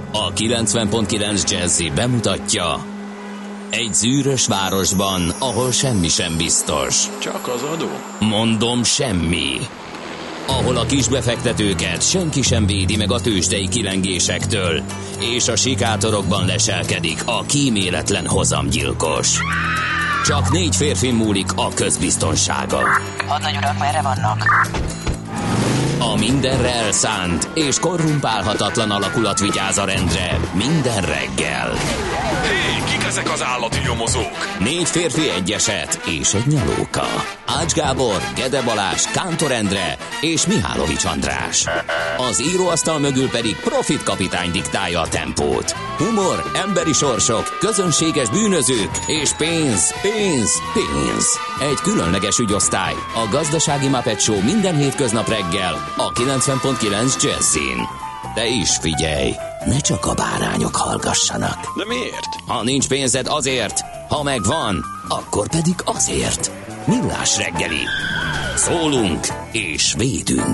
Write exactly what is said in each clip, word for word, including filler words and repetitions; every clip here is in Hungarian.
A kilencven pont kilenc Jazzy bemutatja: egy zűrös városban, ahol semmi sem biztos. Csak az adó? Mondom, semmi. Ahol a kisbefektetőket senki sem védi meg a tőzsdei kilengésektől, és a sikátorokban leselkedik a kíméletlen hozamgyilkos. Csak négy férfi múlik a közbiztonsága. Hadnagy urak, merre vannak? A mindenre elszánt és korrumpálhatatlan alakulat vigyáz a rendre minden reggel. Hé, kik ezek az állati nyomozók? Négy férfi, egy eset és egy nyalóka. Ács Gábor, Gede Balázs, Kántor Endre és Mihálovics András. Az íróasztal mögül pedig Profit kapitány diktálja a tempót. Humor, emberi sorsok, közönséges bűnözők és pénz, pénz, pénz. Egy különleges ügyosztály, a Gazdasági Muppet Show minden hétköznap reggel a kilencven pont kilenc Jazzin. De is figyelj, ne csak a bárányok hallgassanak. De miért? Ha nincs pénzed, azért, ha megvan, akkor pedig azért. Millás reggeli. Szólunk és védünk.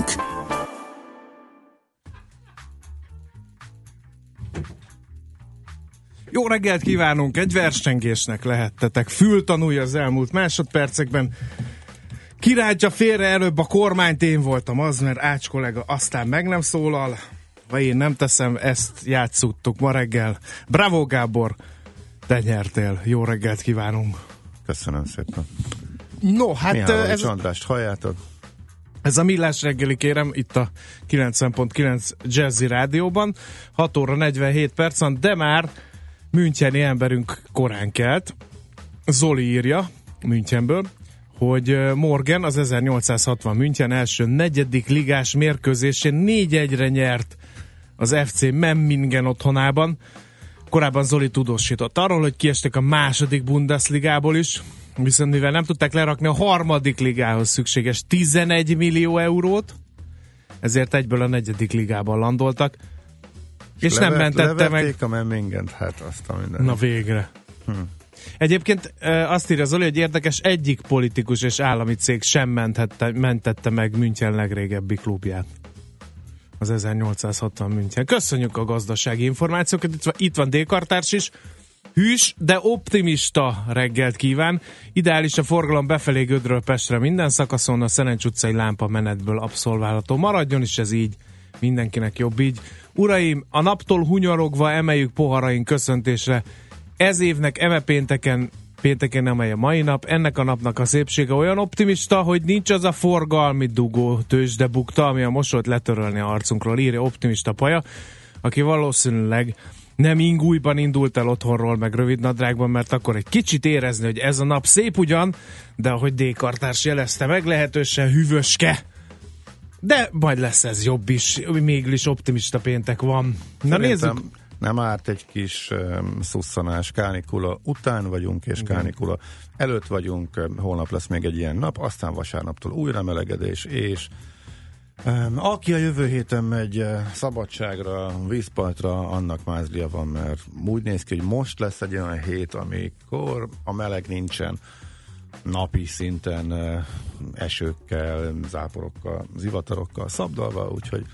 Jó reggelt kívánunk! Egy versengésnek lehettetek fültanúja az elmúlt másodpercekben. Kirántja félre előbb a kormányt, én voltam az, mert Ács kollega aztán meg nem szólal. Ha én nem teszem, ezt játszottuk ma reggel. Bravo Gábor, te nyertél. Jó reggelt kívánunk! Köszönöm szépen. No, hát Mihálovics ez, Andrást halljátok? ez a Millás reggeli, kérem, itt a kilencven pont kilenc Jazzy Rádióban. hat óra negyvenhét perc van, de már müncheni emberünk korán kelt. Zoli írja Münchenből, hogy Morgan az ezernyolcszázhatvan München első negyedik ligás mérkőzésén négy egyre nyert az ef cé Memmingen otthonában. Korábban Zoli tudósított arról, hogy kiestek a második Bundesligából is, viszont mivel nem tudták lerakni a harmadik ligához szükséges tizenegy millió eurót, ezért egyből a negyedik ligában landoltak, és, és nem levert, mentette meg a Memmingent, hát azt a minden. Na végre. Hm. Egyébként azt írja Zoli, hogy érdekes, egyik politikus és állami cég sem mentette, mentette meg München legrégebbi klubját. Az ezernyolcszázhatvan München. Köszönjük a gazdasági információkat. Itt van, itt van D-kartárs is. Hűs, de optimista reggelt kíván. Ideális a forgalom befelé Gödről Pestre minden szakaszon, a Szerencs utcai lámpa menetből abszolválható. Maradjon is ez így. Mindenkinek jobb így. Uraim, a naptól hunyorogva emeljük poharaink köszöntésre. Ez évnek eme pénteken, pénteken amely a mai nap, ennek a napnak a szépsége olyan optimista, hogy nincs az a forgalmi dugó tőzsde bukta, ami a mosolyt letörölni a arcunkról, írja optimista Paja, aki valószínűleg nem ingújban indult el otthonról, meg rövidnadrágban, mert akkor egy kicsit érezni, hogy ez a nap szép ugyan, de ahogy D-kartárs jelezte, meglehetősen hűvöske. De majd lesz ez jobb is, mégis optimista péntek van. Na nézzük. Nem árt egy kis um, szusszanás, kánikula után vagyunk, és Igen. kánikula előtt vagyunk, holnap lesz még egy ilyen nap, aztán vasárnaptól újra melegedés, és um, aki a jövő héten megy uh, szabadságra, vízpartra, annak mázlia van, mert úgy néz ki, hogy most lesz egy olyan hét, amikor a meleg nincsen, napi szinten uh, esőkkel, záporokkal, zivatarokkal szabdalva, úgyhogy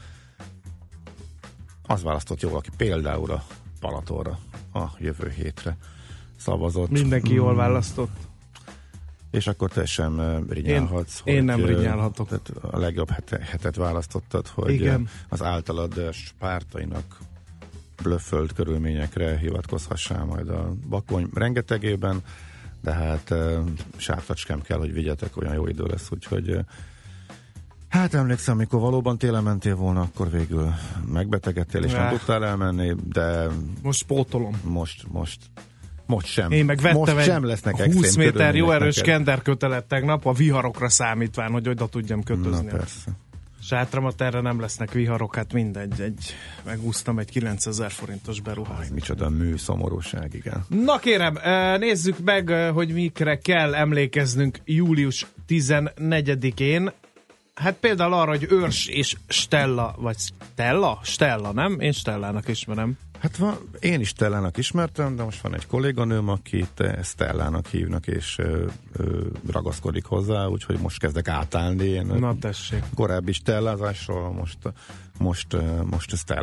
az választott jól, aki például a Balatonra a jövő hétre szavazott. Mindenki jól választott. És akkor te sem uh, rinyálhatsz. Én, én nem uh, rinyálhatok. A legjobb hete, hetet választottad, hogy Igen. az általad pártainak blöffölt körülményekre hivatkozhassál majd a Bakony rengetegében, de hát uh, sártacskám kell, hogy vigyetek, olyan jó idő lesz, úgyhogy uh, hát emlékszem, amikor valóban télen mentél volna, akkor végül megbetegedtél, és ne. nem tudtál elmenni, de most pótolom. most, most, most sem. Én meg vettem most egy sem lesznek húsz méter jó erős neked. kenderkötelet tegnap, a viharokra számítván, hogy oda tudjam kötözni. Na persze. Sátramat erre nem lesznek viharok, hát mindegy, egy, megúsztam egy kilencezer forintos beruházást. Micsoda mű, szomorúság, igen. Na kérem, nézzük meg, hogy mikre kell emlékeznünk július tizennegyedikén. Hát például arra, hogy Örs és Stella, vagy Stella? Stella, nem? Én Stellának ismerem. Hát van, én is Stellának ismertem, de most van egy kolléganőm, akit Stellának hívnak, és ö, ö, ragaszkodik hozzá, úgyhogy most kezdek átállni. Én Na tessék. korábbi Stellázásról, most, most, most Stella.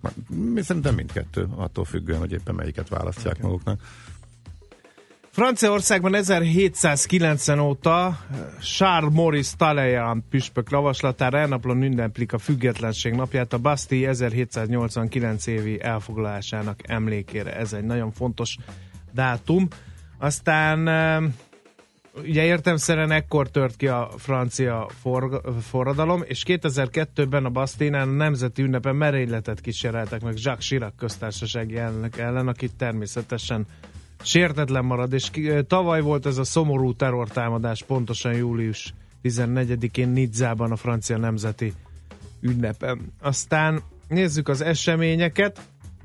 Mi szerintem mindkettő, attól függően, hogy éppen melyiket választják okay. maguknak. Franciaországban ezerhétszázkilencven óta Charles Maurice Talleyrand püspök javaslatára elnaplón ünneplik a függetlenség napját, a Bastille ezerhétszáznyolcvankilenc évi elfoglalásának emlékére. Ez egy nagyon fontos dátum. Aztán ugye értelemszerűen ekkor tört ki a francia for- forradalom, és kétezer-kettőben a Bastille-nál a nemzeti ünnepen merényletet kíséreltek meg Jacques Chirac köztársasági elnök ellen, akit természetesen sértetlen marad, és tavaly volt ez a szomorú terrortámadás, pontosan július tizennegyedikén Nizzában a francia nemzeti ünnepen. Aztán nézzük az eseményeket.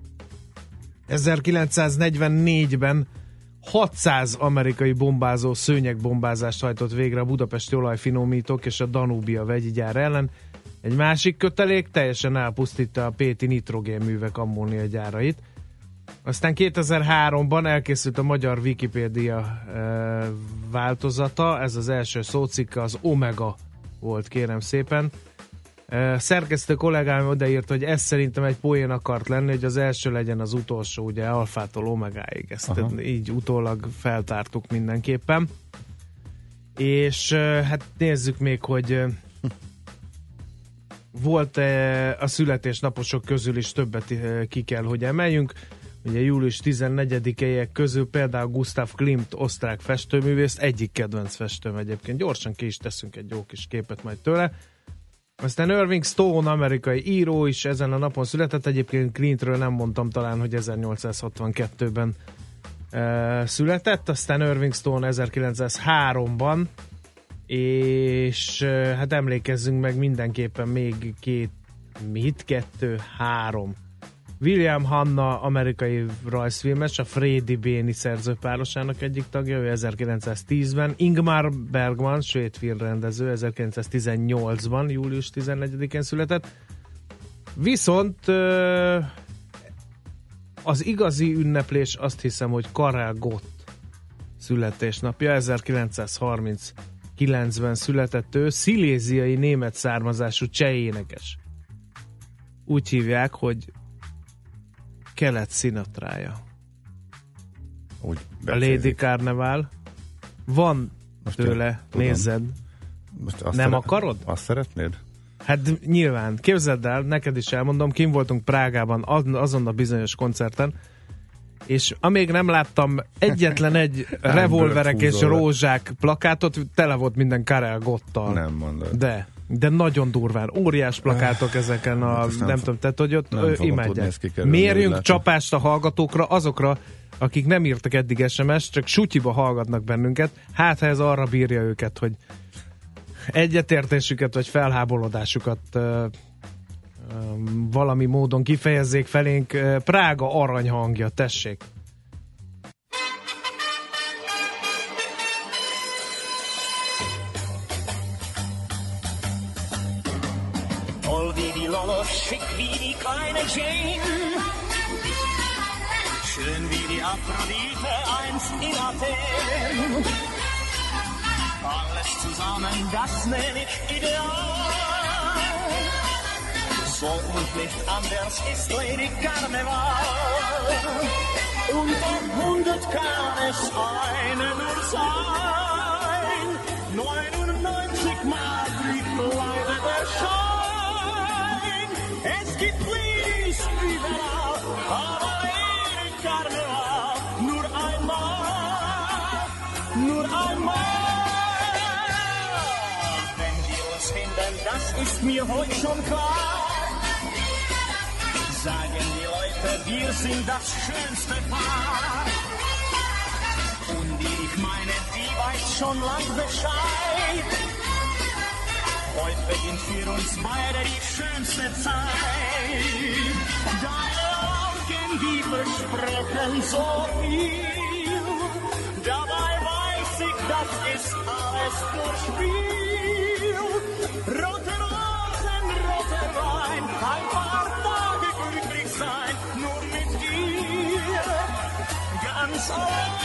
ezerkilencszáznegyvennégyben hatszáz amerikai bombázó szőnyegbombázást hajtott végre a budapesti olajfinomítók és a Danubia vegyi gyár ellen. Egy másik kötelék teljesen elpusztítta a Péti nitrogénművek ammónia gyárait. Aztán kétezer-háromban elkészült a magyar Wikipédia e, változata, ez az első szócikke, az Omega volt, kérem szépen. E, szerkesztő kollégám odaírt, hogy ez szerintem egy poén akart lenni, hogy az első legyen az utolsó, ugye alfától omegáig, ezt Aha. így utólag feltártuk mindenképpen. És e, hát nézzük még, hogy e, volt e, a születésnaposok közül is többet e, ki kell, hogy emeljünk. Ugye július tizennegyedikeiek közül például Gustav Klimt, osztrák festőművész, egyik kedvenc festőm egyébként. Gyorsan ki is teszünk egy jó kis képet majd tőle. Aztán Irving Stone, amerikai író is ezen a napon született. Egyébként Klimtről nem mondtam talán, hogy ezernyolcszázhatvankettőben e, született. Aztán Irving Stone ezerkilencszázháromban, és e, hát emlékezzünk meg mindenképpen még két, mit? Kettő, három. William Hanna, amerikai rajzfilmes, a Frédi Béni szerzőpárosának egyik tagja, ő ezerkilencszáztízben. Ingmar Bergman, svéd filmrendező, ezerkilencszáztizennyolcban, július tizennegyedikén született. Viszont az igazi ünneplés, azt hiszem, hogy Karel Gott születésnapja, ezerkilencszázharminckilencben született ő, sziléziai német származású cseh énekes. Úgy hívják, hogy Kelet Sinatrája. Úgy a Lady Carnival. Van most tőle, tudom. Nézzed. Most nem szeret, akarod? Azt szeretnéd? Hát nyilván. Képzeld el, neked is elmondom, kim voltunk Prágában azon a bizonyos koncerten, és amíg nem láttam egyetlen egy revolverek és rózsák plakátot, tele volt minden Karel Gottal. Nem mondod. De... De nagyon durván. Óriás plakátok ezeken a, hát nem, nem tudom, tehát hogy ott imádják. Mérjünk csapást a hallgatókra, azokra, akik nem írtak eddig es em es, csak sutyiba hallgatnak bennünket. Hát, ha ez arra bírja őket, hogy egyetértésüket, vagy felháborodásukat uh, uh, valami módon kifejezzék felénk. Uh, Prága aranyhangja, tessék! Schick wie die kleine Jane, schön wie die Aphrodite einst in Athen. Alles zusammen, das nenn ich ideal. So und nicht anders ist Lady Carnival. Unter hundert kann es eine nur sein. neunundneunzig Mal liegt leider der Schein. Es gibt Ladies überall, aber Lady Carnival nur einmal, nur einmal. Wenn wir uns finden, das ist mir heute schon klar. Sagen die Leute, wir sind das schönste Paar. Und die ich meine, die weiß schon lang Bescheid. Heute beginnt für uns beide die schönste Zeit. Deine Augen, die versprechen so viel. Dabei weiß ich, das ist alles nur Spiel. Rote Rosen, roter Wein, ein paar Tage glücklich sein, nur mit dir, ganz allein.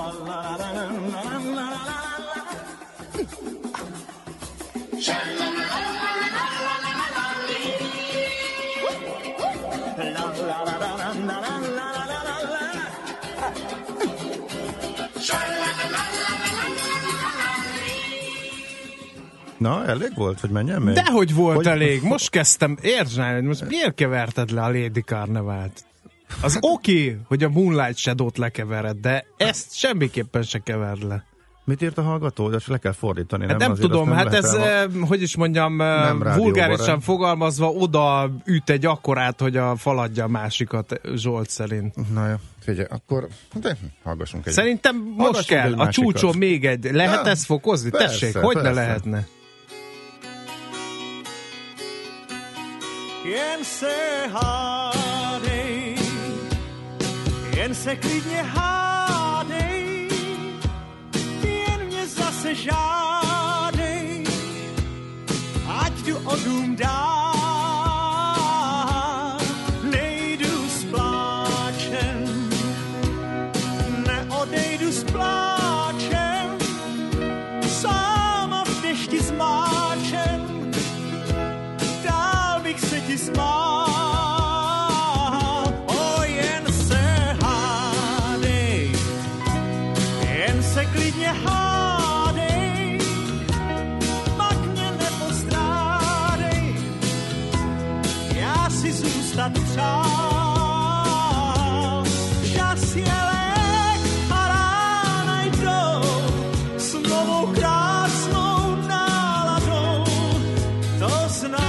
Na, elég volt, hogy menjen még? Dehogy volt hogy... elég. Most kezdtem, értsd már, hogy most miért keverted le a Lady Carnevalt? Az oké, okay, hogy a Moonlight Shadow-t lekevered, de ezt semmiképpen se keverd le. Mit írt a hallgató? De le kell fordítani. Hát nem, nem tudom, nem hát ez, a... hogy is mondjam, vulgárisan fogalmazva, oda üt egy akkorát, hogy a faladja a másikat Zsolt szerint. Na jó, figyelj, akkor de hallgassunk egy. Szerintem most kell, a csúcson még egy. Lehet ezt fokozni? Persze, tessék, hogy ne lehetne? Jen se hádej, jen se klidně hádej, jen mě zase žádej, ať jdu o dům dál, nejdu s pláčem, neodejdu s pláčem, sáma v dešti s máčem, se ti smál, o jen se hádej, jen se klidně hádej, pak mě nepostrádej, já si zůstat přál, čas je lék a rána jdou s novou krásnou náladou, to znám.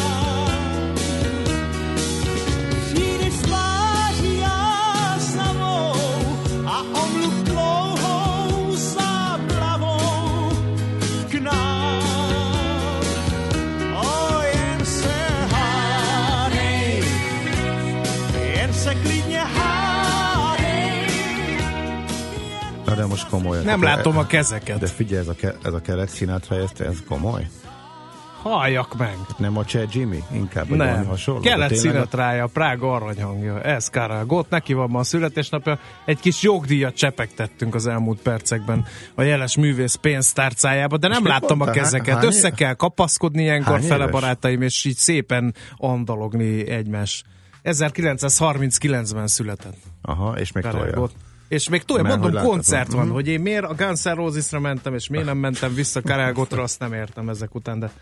De most komoly. Nem látom a kezeket. De figyelj, ez a, ke, ez a Kelek Sinatra, ez, ez komoly? Halljak meg. Nem a Cseh Jimmy? Inkább nem. hasonló. Kelek Sinatrája, Prága aranyhangja. Ez Karel Gott, neki van ma a születésnapja. Egy kis jogdíjat csepegtettünk az elmúlt percekben a jeles művész pénztárcájába, de nem láttam mondta? a kezeket. Hány, Össze kell kapaszkodni ilyenkor fele barátaim, és így szépen andalogni egymás. ezerkilencszázharminckilencben született. Aha, és még tolja. És még túl, mondom, koncert van, mm-hmm. hogy én miért a Guns N' Rosesra mentem, és miért nem mentem vissza Karel Gottra, azt nem értem ezek után, de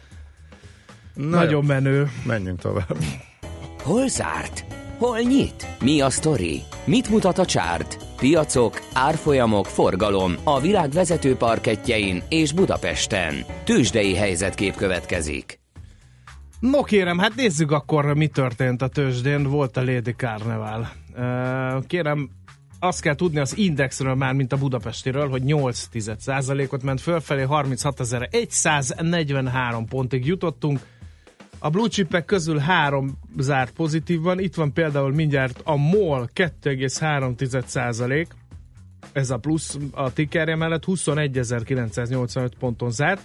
na nagyon jó. Menő. Menjünk tovább. Hol zárt? Hol nyit? Mi a sztori? Mit mutat a csárt? Piacok, árfolyamok, forgalom a világ vezető parkettjein és Budapesten. Tőzsdei helyzetkép következik. No kérem, hát nézzük akkor, mi történt a tőzsdén. Volt a Lady Carnival. Kérem, azt kell tudni az indexről már, mint a budapestiről, hogy nyolc tized százalékot ment fölfelé, harminchatezer-száznegyvenhárom pontig jutottunk. A blue chipek közül három zárt pozitívban. Itt van például mindjárt a MOL kettő egész három tized százalék, ez a plusz a tickerje mellett, huszonegyezer-kilencszáznyolcvanöt ponton zárt.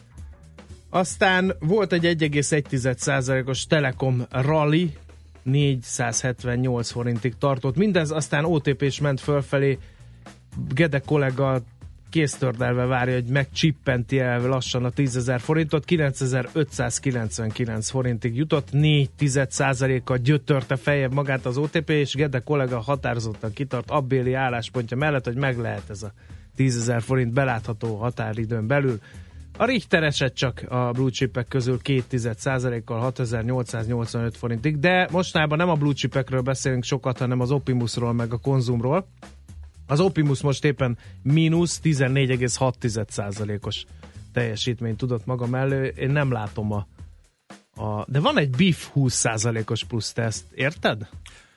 Aztán volt egy egy egész egy tized százalékos Telekom Rally, négyszázhetvennyolc forintig tartott. Mindez aztán o té pé is ment fölfelé. Gede kollega kéztördelve várja, hogy megcsippenti el lassan a tízezer forintot. kilencezer-ötszázkilencvenkilenc forintig jutott, négy tized százalékkal gyötörte feljebb magát az o té pé, és Gede kollega határozottan kitart abbéli álláspontja mellett, hogy meg lehet ez a tízezer forint belátható határidőn belül. A Richter esett csak a blue chipek közül két tized százalékkal hatezer-nyolcszáznyolcvanöt forintig, de mostában nem a blue chipekről beszélünk sokat, hanem az Opimusról meg a Konzumról. Az Opimus most éppen mínusz tizennégy egész hat tized százalékos teljesítményt tudott maga mellé. Én nem látom a, a... De van egy bé i ef húsz százalékos plusz, te ezt érted?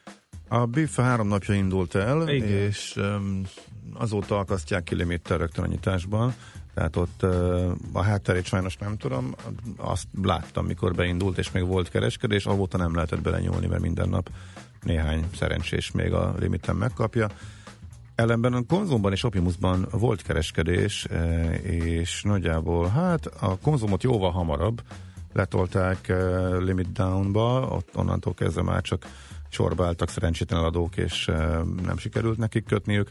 A bé i ef három napja indult el, igen. És um, azóta akasztják ki limittel rögtön a nyitásban. Tehát ott uh, a hátterét sajnos nem tudom, azt láttam, mikor beindult, és még volt kereskedés, avóta nem lehetett belenyúlni, mert minden nap néhány szerencsés még a limiten megkapja. Ellenben a Konzumban és Opimusban volt kereskedés, és nagyjából hát a Konzumot jóval hamarabb letolták limit downba, ott onnantól kezdve már csak sorba álltak szerencsétlen adók, és nem sikerült nekik kötniük.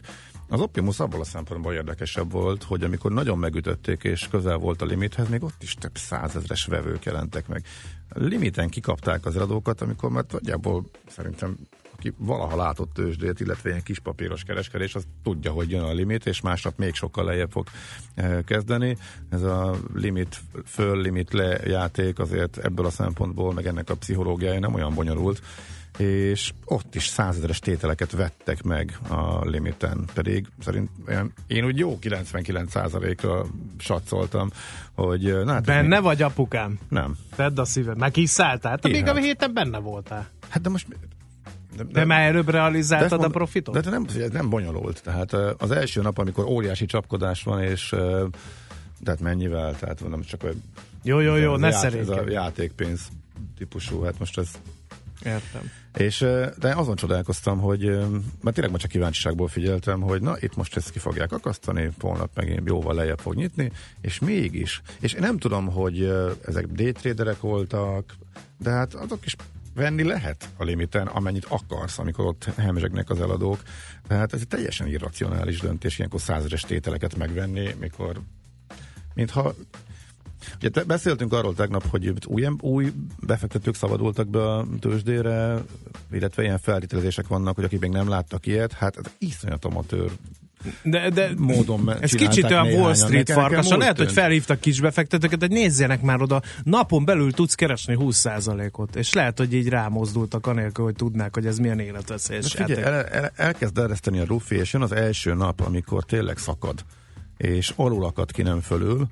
Az Optimus abból a szempontból érdekesebb volt, hogy amikor nagyon megütötték és közel volt a limithez, még ott is több százezres vevők jelentek meg. Limiten kikapták az eladókat, amikor már nagyjából szerintem aki valaha látott tőzsdét, illetve ilyen kis papíros kereskedés, az tudja, hogy jön a limit, és másnap még sokkal lejjebb fog kezdeni. Ez a limit föl, limit le játék azért ebből a szempontból, meg ennek a pszichológiája nem olyan bonyolult, és ott is százezeres tételeket vettek meg a limiten, pedig szerint én úgy jó kilencvenkilenc százalékra satszoltam, hogy... Na, hát benne még... vagy, apukám? Nem. Tedd a szíved. Meg kiszálltál? Te még a héten benne voltál. Hát de most... De, de, de már előbb realizáltad a profitot? De, de nem, ez nem bonyolult. Tehát az első nap, amikor óriási csapkodás van, és tehát mennyivel, tehát nem csak... Jó, jó, jó, ne szerénykedj. Ez a játékpénz típusú, hát most ez... Értem. És, de azon csodálkoztam, hogy mert tényleg már csak kíváncsiságból figyeltem, hogy na, itt most ezt ki fogják akasztani, holnap megint jóval lejjebb fog nyitni, és mégis, és én nem tudom, hogy ezek daytraderek voltak, de hát azok is venni lehet a limiten, amennyit akarsz, amikor ott hemzsegnek az eladók. Tehát ez egy teljesen irracionális döntés, ilyenkor százeres tételeket megvenni, mikor mintha ugye te, beszéltünk arról tegnap, hogy új, új befektetők szabadultak be a tőzsdére, illetve ilyen feltételezések vannak, hogy akik még nem láttak ilyet, hát ez iszonyat amatőr de, de módon ez kicsit olyan Wall Street farkasa. Lehet, hogy felhívtak kis befektetőket, hogy nézzenek már oda, napon belül tudsz keresni húsz százalékot, és lehet, hogy így rámozdultak anélkül, hogy tudnák, hogy ez milyen életveszélyes játék. El, el, elkezd ereszteni a rufi, és jön az első nap, amikor tényleg szakad, és alul akad ki, nem fölül,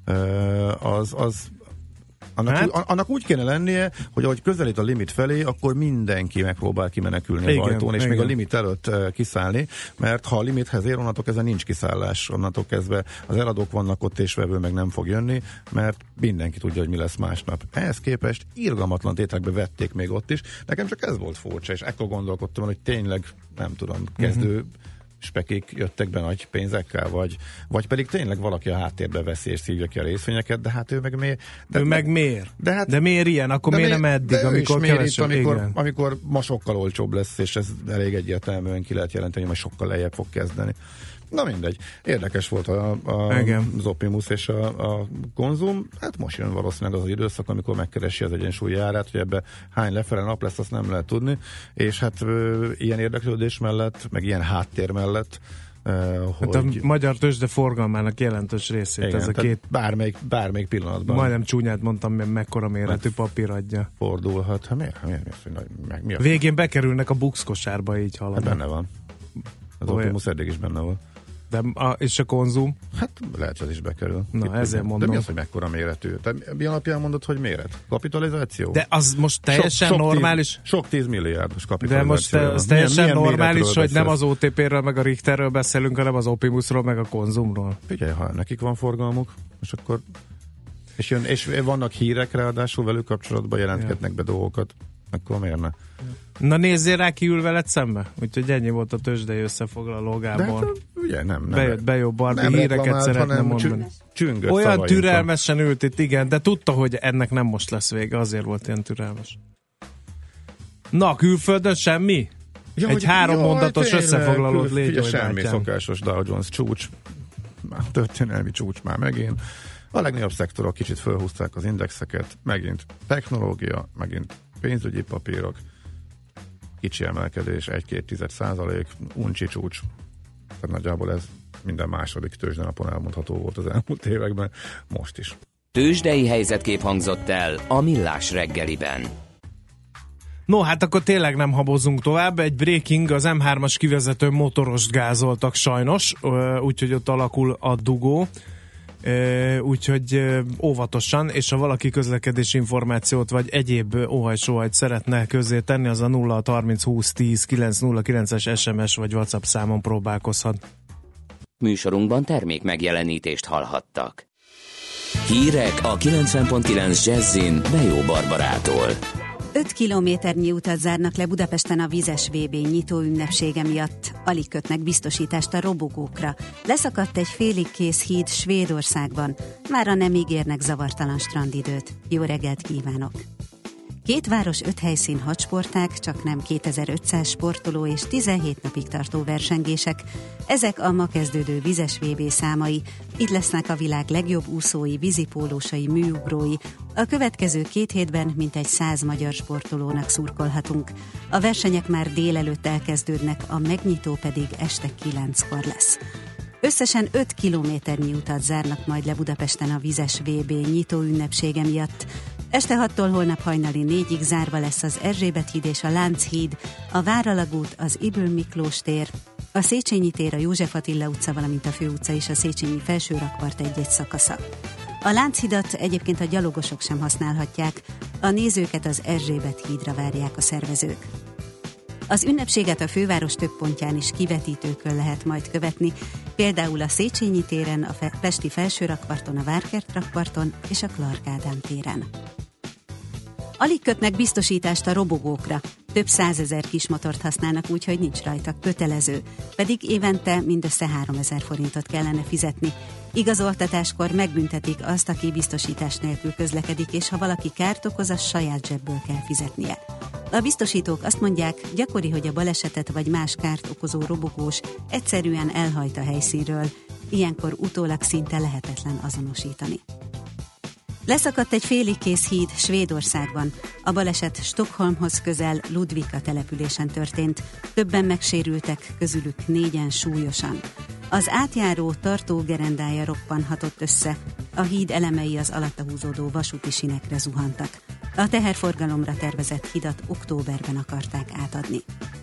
az, az annak, hát? úgy, annak úgy kéne lennie, hogy ahogy közelít a limit felé, akkor mindenki megpróbál kimenekülni igen, a ajtón, és igen. még a limit előtt kiszállni, mert ha a limithez ér, onnantól kezdve nincs kiszállás, onnantól kezdve az eladók vannak ott, és vevő meg nem fog jönni, mert mindenki tudja, hogy mi lesz másnap. Ehhez képest irgalmatlan tételekbe vették még ott is. Nekem csak ez volt furcsa, és ekkor gondolkodtam, hogy tényleg, nem tudom, kezdő uh-huh. spekik jöttek be nagy pénzekkel, vagy, vagy pedig tényleg valaki a háttérbe veszi és szívja ki a részvényeket, de hát ő meg miért? De, ő meg miért? De, hát, de miért ilyen? Akkor miért nem eddig, de amikor kevesebb? Amikor, amikor ma sokkal olcsóbb lesz, és ez elég egyértelműen ki lehet jelenteni, hogy majd sokkal lejjebb fog kezdeni. Na mindegy. Érdekes volt a, a, az Optimus és a, a konzum. Hát most jön valószínűleg az az időszak, amikor megkeresi az egyensúlyi árát, hogy ebbe hány lefele nap lesz, azt nem lehet tudni. És hát ö, ilyen érdeklődés mellett, meg ilyen háttér mellett Uh, hát hogy... a magyar tőzsde forgalmának jelentős részét igen, ez a két... Bármelyik, bármelyik pillanatban. Majdnem csúnyát mondtam, mekkora méretű papír adja. Fordulhat. Hát miért? miért, miért, miért mi végén bekerülnek a Bux kosárba, így halad. Hát benne van. Az Optimus eddig is benne volt. De a, és a konzum? Hát lehet, hogy az is bekerül. Na, itt ezért mondom. De mi az, hogy mekkora méretű? Te mi alapján mondod, hogy méret? Kapitalizáció? De az most teljesen sok, sok normális? Tíz, sok tíz milliárdos kapitalizáció. De most te, az teljesen milyen, milyen normális, hogy nem az o té pé-ről meg a Richterről beszélünk, hanem az Optimusról meg a konzumról. Figyelj, ha nekik van forgalmuk, és akkor és, jön, és vannak hírek ráadásul velük kapcsolatban, jelentgetnek be dolgokat, akkor miért ne? Na nézzél rá, ki ül veled szembe. Úgyhogy ennyi volt a tőzsdei összefoglaló, Gábor. De hát, ugye nem. nem Bejött be jó Barbie, híreket szeretne mondani. Csüngött olyan türelmesen ült itt, igen, de tudta, hogy ennek nem most lesz vége, azért volt ilyen türelmes. Na, külföldön semmi? Ja, Egy hogy, három jaj, mondatos tényleg, összefoglalót légy, hogy semmi bátyám. Szokásos Dow Jones csúcs, már történelmi csúcs már megint. A legnagyobb szektorok kicsit fölhúzták az indexeket, megint technológia, megint pénzügyi papírok, kicsi emelkedés, egy-két tized százalék, uncsi csúcs. Tehát nagyjából ez minden második tőzsdenapon elmondható volt az elmúlt években, most is. Tőzsdei helyzetkép hangzott el a Millás reggeliben. No, hát akkor tényleg nem habozunk tovább. Egy breaking, az em hármas kivezető motorost gázoltak sajnos, úgyhogy ott alakul a dugó. Úgyhogy óvatosan, és ha valaki közlekedési információt vagy egyéb óhajsóhajt szeretne közzé tenni, az a nulla harminc húsz tíz kilenc nulla kilences es em es vagy WhatsApp számon próbálkozhat. Műsorunkban termék megjelenítést hallhattak. Hírek a kilencven pont kilenc Jazzin Bejó Barbarától. öt kilométernyi utat zárnak le Budapesten a vizes vé bé nyitó ünnepsége miatt. Alig kötnek biztosítást a robogókra. Leszakadt egy félig kész híd Svédországban. Mára nem ígérnek zavartalan strandidőt. Jó reggelt kívánok! Két város, öt helyszín, hat sportág, csak nem kétezer-ötszáz sportoló és tizenhét napig tartó versengések. Ezek a ma kezdődő vizes vé bé számai. Itt lesznek a világ legjobb úszói, vízipólósai, műugrói. A következő két hétben mintegy száz magyar sportolónak szurkolhatunk. A versenyek már délelőtt elkezdődnek, a megnyitó pedig este kilenckor lesz. Összesen öt kilométernyi utat zárnak majd le Budapesten a vizes vé bé nyitó ünnepsége miatt. Este hattól holnap hajnali négyig zárva lesz az Erzsébet híd és a Lánchíd, a Váralagút, az Ybl Miklós tér, a Széchenyi tér, a József Attila utca, valamint a Főutca és a Széchenyi felsőrakpart egy-egy szakasza. A Lánchidat egyébként a gyalogosok sem használhatják, a nézőket az Erzsébet hídra várják a szervezők. Az ünnepséget a főváros több pontján is kivetítőkön lehet majd követni, például a Széchenyi téren, a Pesti felsőrakparton, a Várkert rakparton és a Clark Ádám téren. Alig kötnek biztosítást a robogókra. Több százezer kismotort használnak úgy, hogy nincs rajta kötelező, pedig évente mindössze háromezer forintot kellene fizetni. Igazoltatáskor megbüntetik azt, aki biztosítás nélkül közlekedik, és ha valaki kárt okoz, az saját zsebből kell fizetnie. A biztosítók azt mondják, gyakori, hogy a balesetet vagy más kárt okozó robogós egyszerűen elhajt a helyszínről, ilyenkor utólag szinte lehetetlen azonosítani. Leszakadt egy félig kész híd Svédországban. A baleset Stockholmhoz közel Ludvika településen történt. Többen megsérültek, közülük négyen súlyosan. Az átjáró tartógerendája roppanhatott össze. A híd elemei az alatta húzódó vasúti sinekre zuhantak. A teherforgalomra tervezett hidat októberben akarták átadni.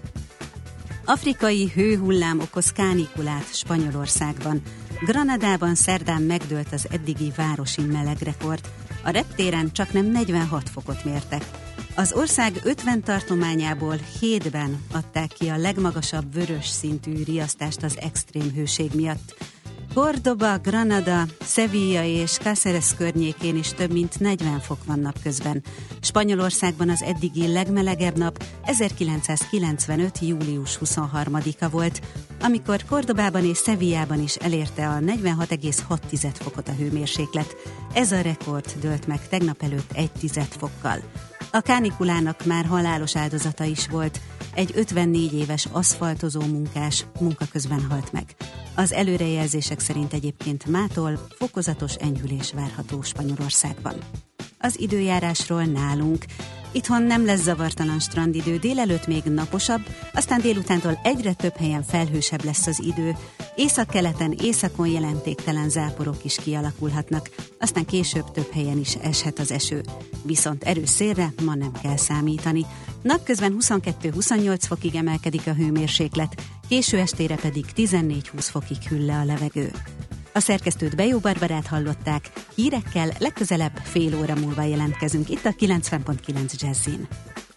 Afrikai hőhullám okoz kánikulát Spanyolországban. Granadában szerdán megdőlt az eddigi városi melegrekord. A reptéren csaknem negyvenhat fokot mértek. Az ország ötven tartományából hétben adták ki a legmagasabb vörös szintű riasztást az extrém hőség miatt. Córdoba, Granada, Sevilla és Cáceres környékén is több mint negyven fok van napközben. Spanyolországban az eddigi legmelegebb nap ezerkilencszázkilencvenöt. július huszonharmadika volt, amikor Córdobában és Sevillában is elérte a negyvenhat egész hat fokot a hőmérséklet. Ez a rekord dőlt meg tegnap előtt egy tized fokkal. A kánikulának már halálos áldozata is volt. Egy ötvennégy éves aszfaltozó munkás munka közben halt meg. Az előrejelzések szerint egyébként mától fokozatos enyhülés várható Spanyolországban. Az időjárásról nálunk. Itthon nem lesz zavartalan strandidő, délelőtt még naposabb, aztán délutántól egyre több helyen felhősebb lesz az idő. Északkeleten, északon jelentéktelen záporok is kialakulhatnak, aztán később több helyen is eshet az eső. Viszont erős szélre ma nem kell számítani. Napközben huszonkettő-huszonnyolc fokig emelkedik a hőmérséklet, késő estére pedig tizennégy-húsz fokig hűl le a levegő. A szerkesztőt Bejó Barbarát hallották, hírekkel legközelebb fél óra múlva jelentkezünk itt a kilencven pont kilenc Jazzin.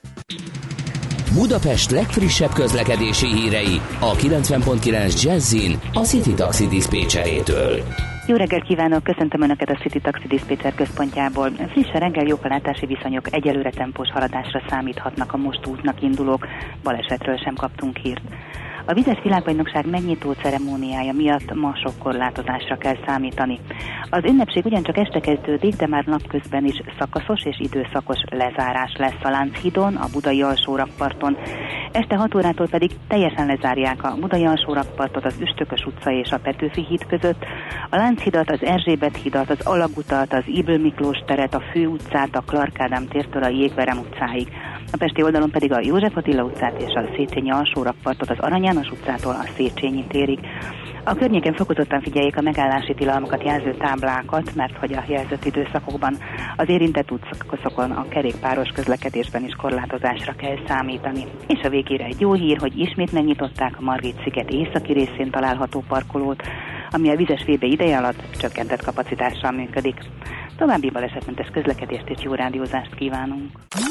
Budapest legfrissebb közlekedési hírei a kilencven pont kilenc Jazzin a City Taxi diszpécserétől. Jó reggelt kívánok, köszöntöm Önöket a City Taxi diszpécser központjából. Friss a reggel, jók a látási viszonyok, egyelőre tempós haladásra számíthatnak a most útnak indulók, balesetről sem kaptunk hírt. A vizes világbajnokság megnyitó ceremóniája miatt ma sok korlátozásra kell számítani. Az ünnepség ugyancsak este kezdődik, de már napközben is szakaszos és időszakos lezárás lesz a Lánchídon, a Budai alsórakparton. Este hat órától pedig teljesen lezárják a Budai alsórakpartot, az Üstökös utca és a Petőfi híd között, a Lánchidat, az Erzsébet hidat, az Alagutat, az Ybl Miklós teret, a Főutcát, a Clark Ádám tértől a Jégverem utcáig. A pesti oldalon pedig a József Attila utcát és a Széchenyi alsórakpartot, az Arany János utcától a Széchenyi térig. A környéken fokozottan figyeljék a megállási tilalmakat jelző táblákat, mert hogy a jelzett időszakokban az érintett útszakaszokon a kerékpáros közlekedésben is korlátozásra kell számítani. És a végére egy jó hír, hogy ismét megnyitották a Margit-sziget északi részén található parkolót, ami a vizes vé bé ideje alatt csökkentett kapacitással működik. További balesetmentes közlekedést és jó rádiózást kívánunk!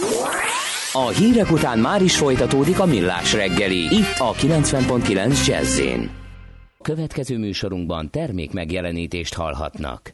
A hírek után már is folytatódik a Millás reggeli, itt a kilencven pont kilenc Jazzin. Következő műsorunkban termék megjelenítést hallhatnak.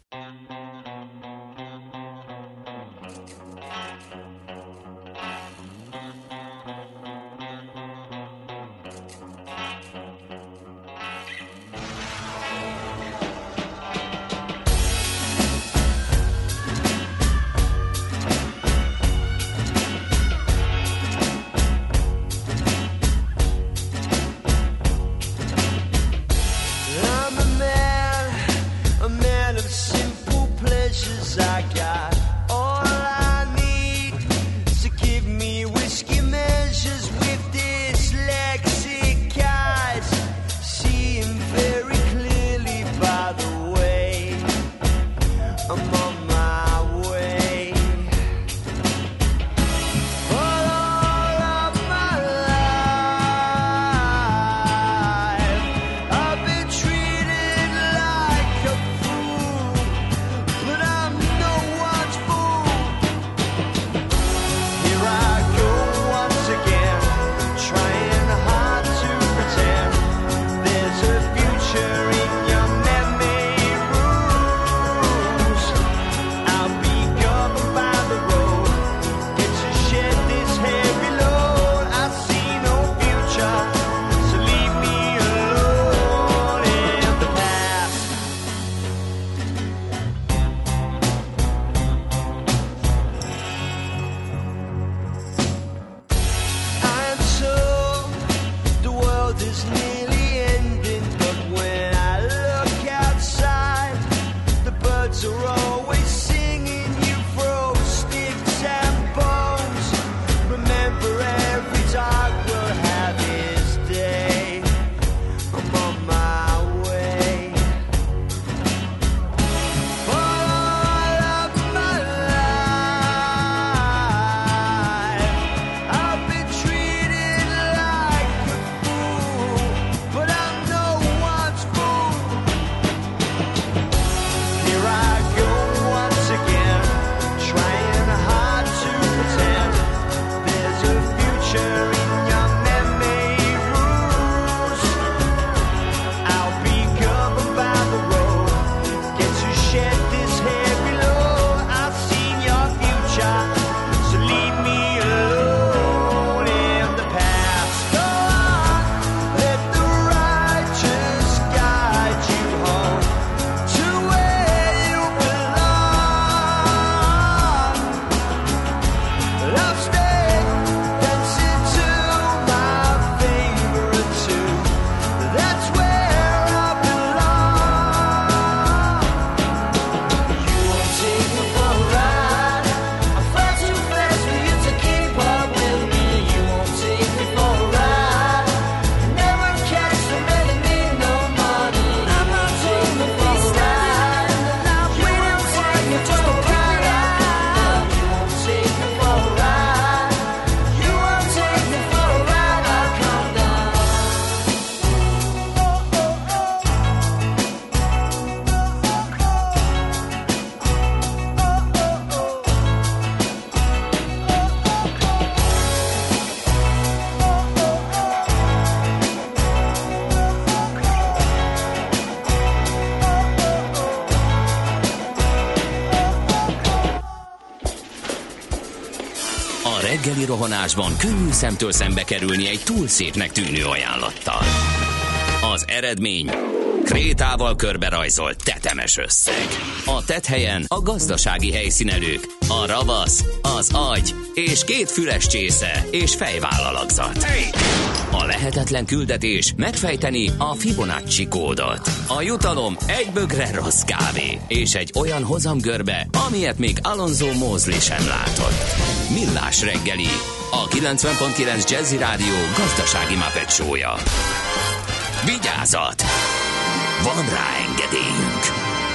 reggeli rohanásban könnyű szemtől szembe kerülni egy túl szépnek tűnő ajánlattal. Az eredmény... krétával körberajzolt tetemes összeg. A tetthelyen a gazdasági helyszínelők, a ravasz, az agy és két füles csésze és fejvállalakzat. A lehetetlen küldetés megfejteni a Fibonacci kódot. A jutalom egy bögre rossz kávé és egy olyan hozamgörbe, amilyet még Alonso Mosley sem látott. Millás reggeli, a kilencven pont kilenc Jazzy Rádió gazdasági Muppet show-ja. Vigyázat! Van rá engedélyünk!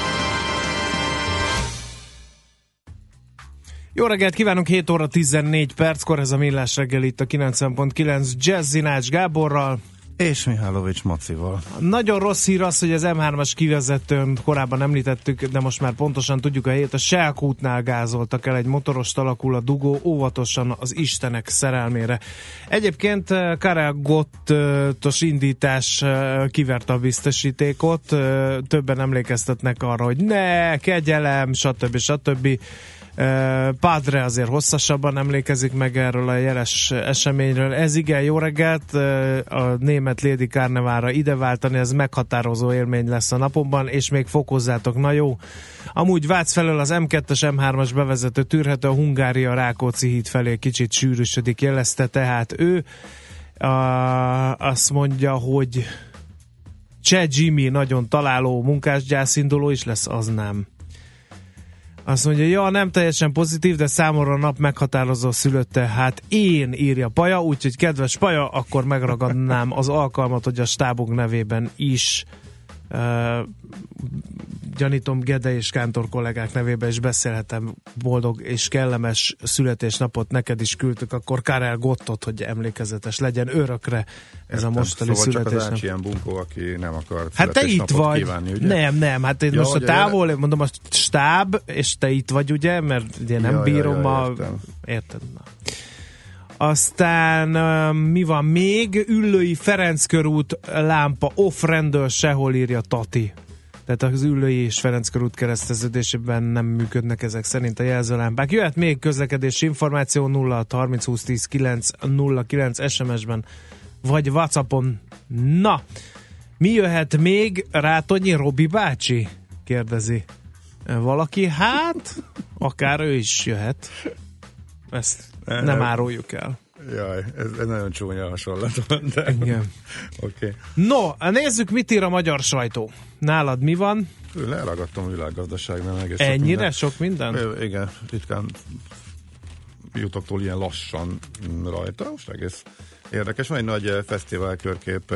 Jó reggelt kívánunk, hét óra tizennégy perckor, ez a Millás reggel itt a kilencven pont kilenc Jazzy Nács Gáborral. És Mihálovics Macival. Nagyon rossz hír az, hogy az em hármas kivezetőn korábban említettük, de most már pontosan tudjuk a hét, a Selkútnál gázoltak el, egy motorost alakul a dugó, óvatosan az Istenek szerelmére. Egyébként Karel Gottos indítás kiverte a biztosítékot, többen emlékeztetnek arra, hogy ne, kegyelem, stb. stb. Padre azért hosszasabban emlékezik meg erről a jeles eseményről. Ez igen, jó reggelt, a német Lady Carnevalra ide váltani, ez meghatározó élmény lesz a napomban, és még fokozzátok, na jó. Amúgy Vác felől az em kettes em hármas bevezető tűrhető, a Hungária Rákóczi híd felé kicsit sűrűsödik, jelezte tehát ő. A, azt mondja, hogy Cseh Jimmy nagyon találó munkásgyászinduló is lesz, az nem. Azt mondja, ja, nem teljesen pozitív, de számomra a nap meghatározó szülötte, hát én, írja Paja, úgyhogy kedves Paja, akkor megragadnám az alkalmat, hogy a stábunk nevében is uh, gyanítom Gede és Kántor kollégák nevében is beszélhetem, boldog és kellemes születésnapot neked is küldtük, akkor Karel Gottot, hogy emlékezetes legyen örökre ez Értem, a mostani szóval születésnap. Csak az Ács ilyen bunkó, aki nem akar hát te itt vagy. Kívánni, ugye? Nem, nem, hát én ja, most a távol, én mondom a stáb, és te itt vagy, ugye, mert ugye nem ja, bírom ja, ja, a... Értem. Érted? Na. Aztán uh, mi van még? Üllői Ferenc körút lámpa off-rendől sehol, írja Tati. Tehát az Üllői és Ferenc körút kereszteződésében nem működnek ezek szerint a jelzőlámpák. Jöhet még közlekedési információ nulla hat harminc húsz tíz kilenc nulla kilenc es em es-ben vagy WhatsAppon. Na, mi jöhet még? Rátonyi Robi bácsi? Kérdezi valaki. Hát, akár ő is jöhet. Ezt nem, nem áruljuk el. Jaj, ez, ez nagyon csúnya hasonlat. De... Igen. Okay. No, nézzük, mit ír a magyar sajtó. Nálad mi van? Leragadtam a világgazdaságnál. Egész ennyire minden. Sok minden? É, igen, ritkán jutok túl ilyen lassan rajta. Most egész érdekes. Van egy nagy fesztivál körkép.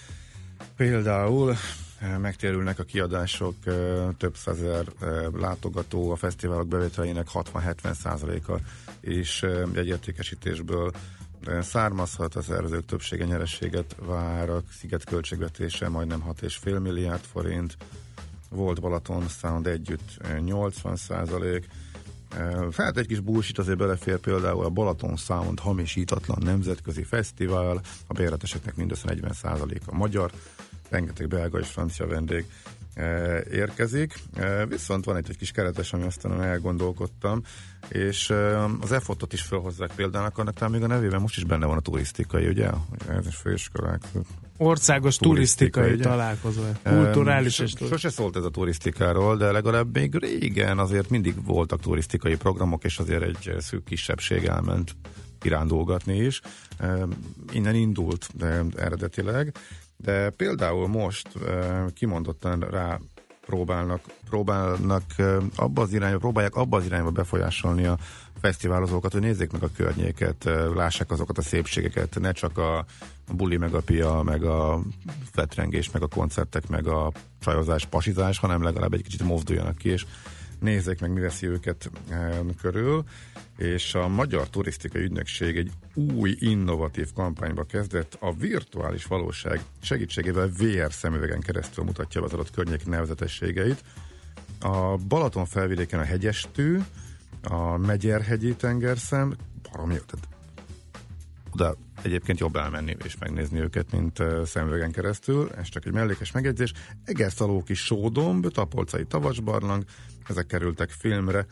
Például megtérülnek a kiadások, több százezer látogató, a fesztiválok bevételeinek hatvan-hetven százaléka és jegyértékesítésből származhat, a szervezők többsége nyerességet vár, a Sziget költségvetése majdnem hat egész öt milliárd forint, volt Balaton Sound együtt nyolcvan százalék, hát egy kis bullshit azért belefér, például a Balaton Sound hamisítatlan nemzetközi fesztivál, a bérleteseknek mindössze negyven százalék a magyar, rengeteg belga és francia vendég érkezik. Viszont van itt egy kis keretes, ami aztán elgondolkodtam, és az e fotot is felhozzák példának, annak talán még a nevében most is benne van a turisztikai, ugye? Ez is főiskolák. Országos turisztikai, turisztikai találkozó. Kulturális és turisztikai. Sose szólt ez a turisztikáról, de legalább még régen azért mindig voltak turisztikai programok, és azért egy szűk kisebbség elment kirándulgatni is. Innen indult de eredetileg. De például most uh, kimondottan rá próbálnak, próbálnak uh, abba az irányba, próbálják abba az irányba befolyásolni a fesztiválozókat, hogy nézzék meg a környéket, uh, lássák azokat a szépségeket, ne csak a buli, meg a pia, meg a fetrengés, meg a koncertek, meg a csajozás, pasizás, hanem legalább egy kicsit mozduljanak ki, és nézzék meg, mi veszi őket um, körül. És a Magyar Turisztikai Ügynökség egy új, innovatív kampányba kezdett, a virtuális valóság segítségével vé er szemüvegen keresztül mutatja be az adott környék nevezetességeit. A Balaton felvidéken a hegyestű, a Megyerhegyi tengerszem, baromi jó, tehát oda egyébként jobb elmenni és megnézni őket, mint uh, szemüvegen keresztül, ez csak egy mellékes megjegyzés. Egerszalóki sódomb, Tapolcai tavasbarlang, ezek kerültek filmre,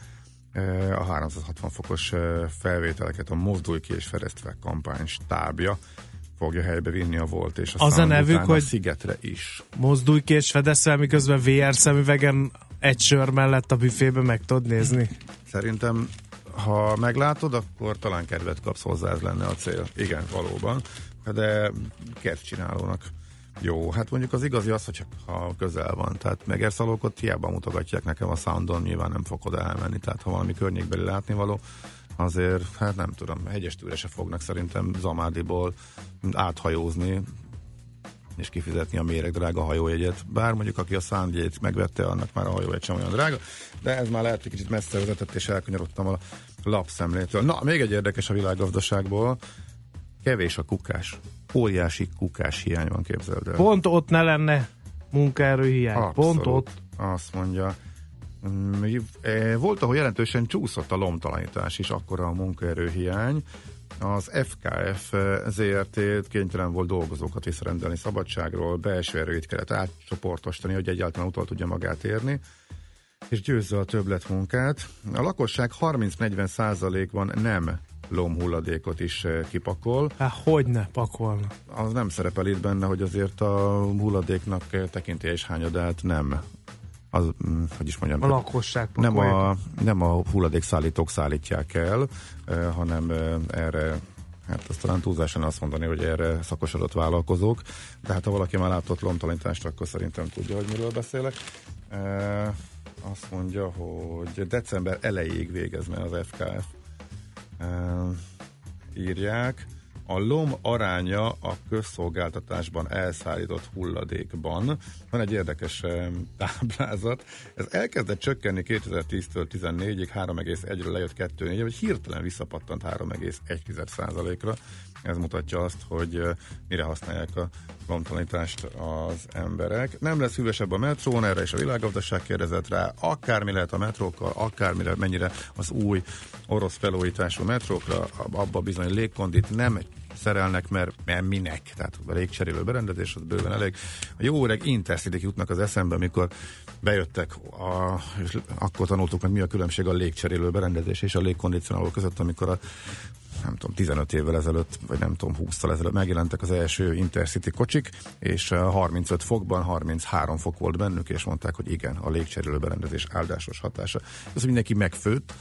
a háromszázhatvan fokos felvételeket a Mozdulj ki és fejleszd fel kampány stábja fogja helybe vinni a Volt és a az a nevük, a hogy Szigetre is. Mozdulj ki és fedezz fel, miközben vé er szemüvegen egy sör mellett a büfébe meg tudod nézni. Szerintem, ha meglátod, akkor talán kedvet kapsz hozzá, ez lenne a cél. Igen, valóban. De kertcsinálónak jó. Hát mondjuk az igazi az, hogy ha közel van. Tehát Megerszalókot hiába mutogatják nekem a Soundon, nyilván nem fog oda elmenni. Tehát ha valami környékbeli látnivaló, azért, hát nem tudom, hegyestűre se fognak szerintem Zamádiból áthajózni és kifizetni a méreg drága hajójegyet. Bár mondjuk aki a Soundjegyet megvette, annak már a hajójegy sem olyan drága, de ez már lehet, hogy kicsit messze vezetett, és elkanyarodtam a lapszemlétől. Na, még egy érdekes a világgazdaságból. Kevés a kukás. Óriási kukás hiány van, képzeld el. Pont ott ne lenne munkaerőhiány. Abszolút. Pont ott. Azt mondja. Volt, ahol jelentősen csúszott a lomtalanítás is, akkora a munkaerőhiány. Az ef ká ef zé er té kénytelen volt dolgozókat visszarendelni szabadságról, belső erőit kellett átcsoportosítani, hogy egyáltalán utol tudja magát érni, és győzze a többletmunkát. A lakosság harminc-negyven százalékban nem lomhulladékot is kipakol. Hát hogyne pakolna? Az nem szerepel itt benne, hogy azért a hulladéknak tekintélyes hányadát nem az, hogy is mondjam, a lakosság nem a, nem a hulladékszállítók szállítják el, eh, hanem eh, erre, hát azt talán túlzásan azt mondani, hogy erre szakosodott vállalkozók, de hát ha valaki már látott lomtalanítást, akkor szerintem tudja, hogy miről beszélek. Eh, azt mondja, hogy december elejéig végezne az ef ká ef. Eh, írják. A lom aránya a közszolgáltatásban elszállított hulladékban. Van egy érdekes táblázat. Ez elkezdett csökkenni kétezer-tíztől tizennégyig, három egész egyről lejött kettő egész négy, vagy hirtelen visszapattant három egész egy százalékra. Ez mutatja azt, hogy mire használják a lomtalanítást az emberek. Nem lesz hűvösebb a metrón, erre is a világgazdaság kérdezett rá. Akármi lehet a metrókkal, akármire, mennyire az új orosz felújítású metrókra, abba bizony légkondit nem szerelnek, mert, mert minek? Tehát a légcserélő berendezés az bőven elég. A jó öreg Intercityk jutnak az eszembe, amikor bejöttek, a, és akkor tanultuk meg, mi a különbség a légcserélő berendezés és a légkondicionáló között, amikor a nem tudom, tizenöt évvel ezelőtt, vagy nem tudom, húszszal ezelőtt megjelentek az első Intercity kocsik, és harmincöt fokban harminchárom fok volt bennük, és mondták, hogy igen, a légcserélő berendezés áldásos hatása. Ez, hogy mindenki megfőtt,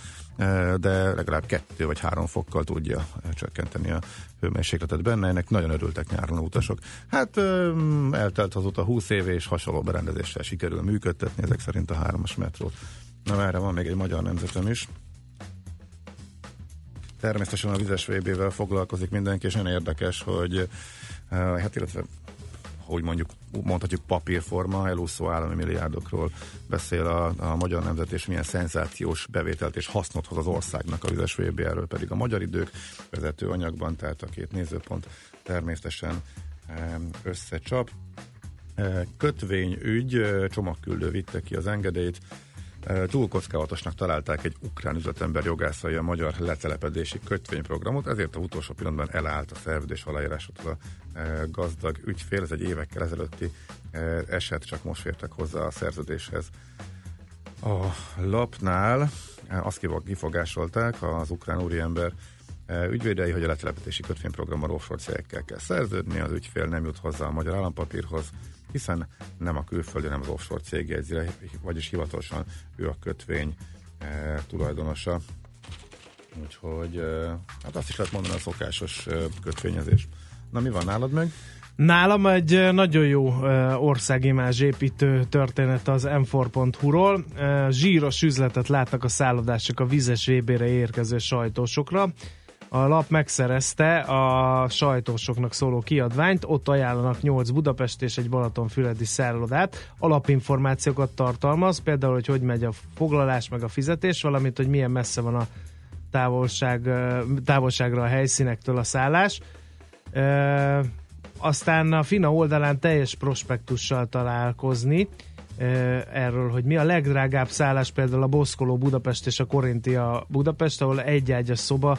de legalább kettő vagy három fokkal tudja csökkenteni a hőmérsékletet benne. Ennek nagyon örültek nyáron a utasok. Hát eltelt azóta húsz év, és hasonló berendezéssel sikerül működtetni ezek szerint a hármas metrót. Na, erre van még egy magyar nemzetem is. Természetesen a vizes vé bével foglalkozik mindenki, és nagyon érdekes, hogy hát illetve, hogy mondjuk, mondhatjuk papírforma, elúszó állami milliárdokról beszél a, a magyar nemzet, és milyen szenzációs bevételt és hasznot hoz az országnak a vizes vé bé, erről pedig a Magyar Idők vezető anyagban, tehát a két nézőpont természetesen összecsap. Kötvényügy, csomagküldő vitte ki az engedélyt, túl kockázatosnak találták egy ukrán üzletember jogászai a magyar letelepedési kötvényprogramot, ezért a utolsó pillanatban elállt a szerződés aláírásától a gazdag ügyfél. Ez egy évekkel ezelőtti eset, csak most fértek hozzá a szerződéshez. A lapnál azt kifogásolták az ukrán úriember ügyvédei, hogy a letelepedési kötvényprogrammal offshore cégekkel kell szerződni, az ügyfél nem jut hozzá a magyar állampapírhoz, hiszen nem a külföldi, nem az offshore cég jegyzi, vagyis hivatalosan ő a kötvény e, tulajdonosa. Úgyhogy e, hát azt is lehet mondani, a szokásos e, kötvényezés. Na, mi van nálad meg? Nálam egy nagyon jó országimázs építő történet az em négy pont hu-ról. Zsíros üzletet látnak a szállodások a vizes vé bére érkező sajtósokra. A lap megszerezte a sajtósoknak szóló kiadványt, ott ajánlanak nyolc Budapest és egy Balatonfüredi szállodát. Alapinformációkat tartalmaz, például, hogy hogy megy a foglalás meg a fizetés, valamint, hogy milyen messze van a távolság, távolságra a helyszínektől a szállás. E, aztán a Fina oldalán teljes prospektussal találkozni e, erről, hogy mi a legdrágább szállás, például a Boszkoló Budapest és a Korintia Budapest, ahol egy ágyas szoba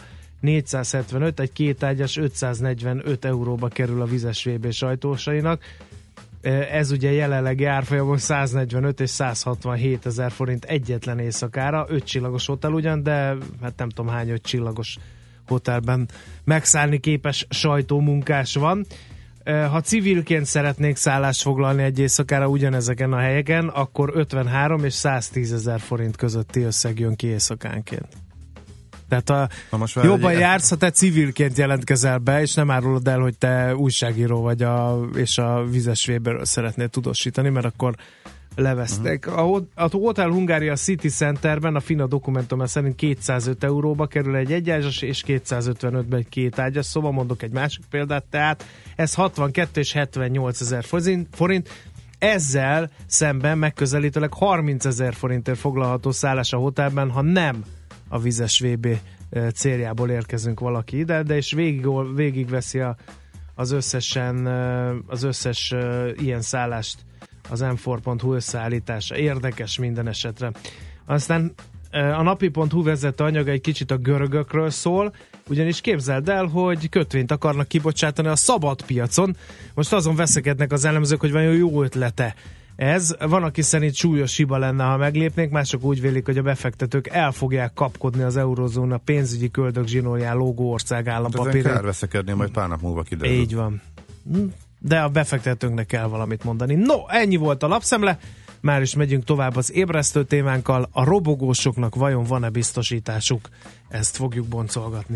négyszázhetvenöt, egy kétágyas ötszáznegyvenöt euróba kerül a vizes vé bé sajtósainak. Ez ugye jelenlegi árfolyamon száznegyvenöt és százhatvanhét ezer forint egyetlen éjszakára, öt csillagos hotel ugyan, de hát nem tudom hány öt csillagos hotelben megszállni képes sajtómunkás van. Ha civilként szeretnék szállást foglalni egy éjszakára ugyanezeken a helyeken, akkor ötvenhárom és száztíz ezer forint közötti összeg jön ki éjszakánként. Tehát a jobban jársz, ha te civilként jelentkezel be, és nem árulod el, hogy te újságíró vagy, a, és a Vizes Weberről szeretnél tudósítani, mert akkor levesztek. Uh-huh. A, a Hotel Hungária City Centerben a Fina dokumentum szerint kétszázöt euróba kerül egy egyágyas, és kétszázötvenötbe egy kétágyas szoba, mondok egy másik példát, tehát ez hatvankét és hetvennyolc ezer forint. Ezzel szemben megközelítőleg harminc ezer forintért foglalható szállás a hotelben, ha nem a Vizes vé bé céljából érkezünk valaki ide, de és végig, végigveszi a, az összesen az összes ilyen szállást az em négy pont hu összeállítása. Érdekes minden esetre. Aztán a napi pont hu vezető anyaga egy kicsit a görögökről szól, ugyanis képzeld el, hogy kötvényt akarnak kibocsátani a szabad piacon. Most azon veszekednek az elemzők, hogy vajon jó ötlete ez. Van, aki szerint súlyos hiba lenne, ha meglépnék, mások úgy vélik, hogy a befektetők el fogják kapkodni az eurozóna pénzügyi köldögzsinórján lógó ország állampapírját. Hát kár veszekedni, majd pár nap múlva kiderül. Így van. De a befektetőnknek kell valamit mondani. No, ennyi volt a lapszemle. Már is megyünk tovább az ébresztő témánkkal. A robogósoknak vajon van-e biztosításuk? Ezt fogjuk boncolgatni.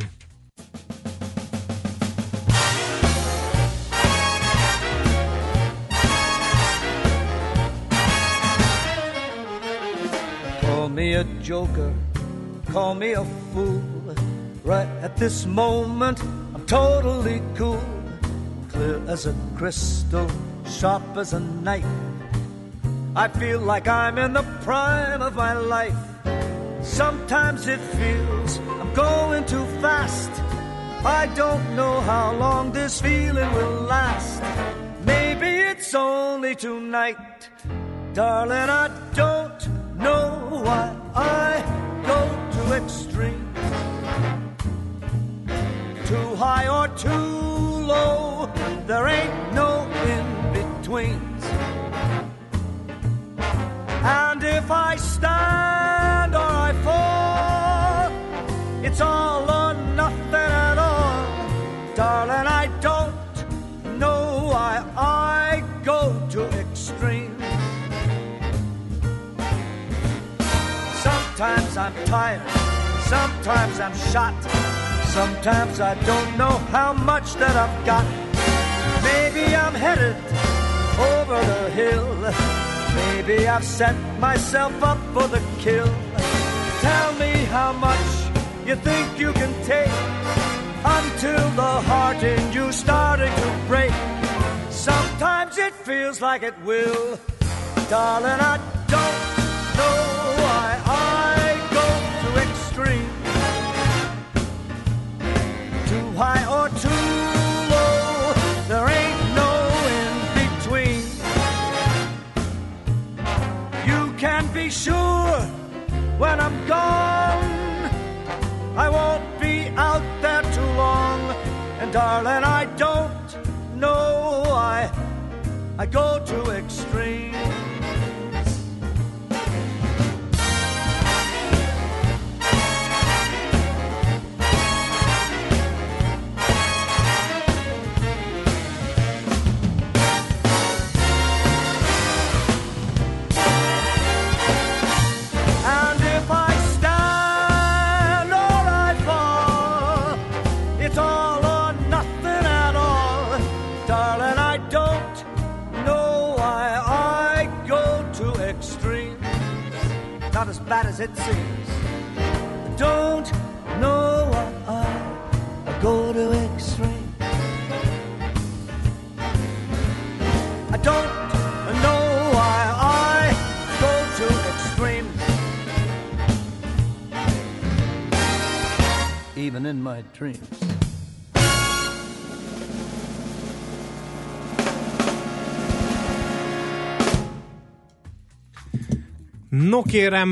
Call me a joker, call me a fool. Right at this moment, I'm totally cool. Clear as a crystal, sharp as a knife. I feel like I'm in the prime of my life. Sometimes it feels I'm going too fast. I don't know how long this feeling will last. Maybe it's only tonight. Darling, I don't know why I go to extreme. Too high or too low, there ain't no in-betweens. And if I stand or I fall, it's all or nothing at all. Darling, I don't know why I go to extreme. Sometimes I'm tired, sometimes I'm shot. Sometimes I don't know how much that I've got. Maybe I'm headed over the hill. Maybe I've set myself up for the kill. Tell me how much you think you can take until the heart in you starting to break. Sometimes it feels like it will. Darling, I don't know why I go to extreme. Too high or too low, there ain't no in between. You can be sure when I'm gone, I won't be out there too long. And darling, I don't know why I go to extremes. Not as bad as it seems. I don't know why I go to extreme. I don't know why I go to extreme. Even in my dreams. No kérem,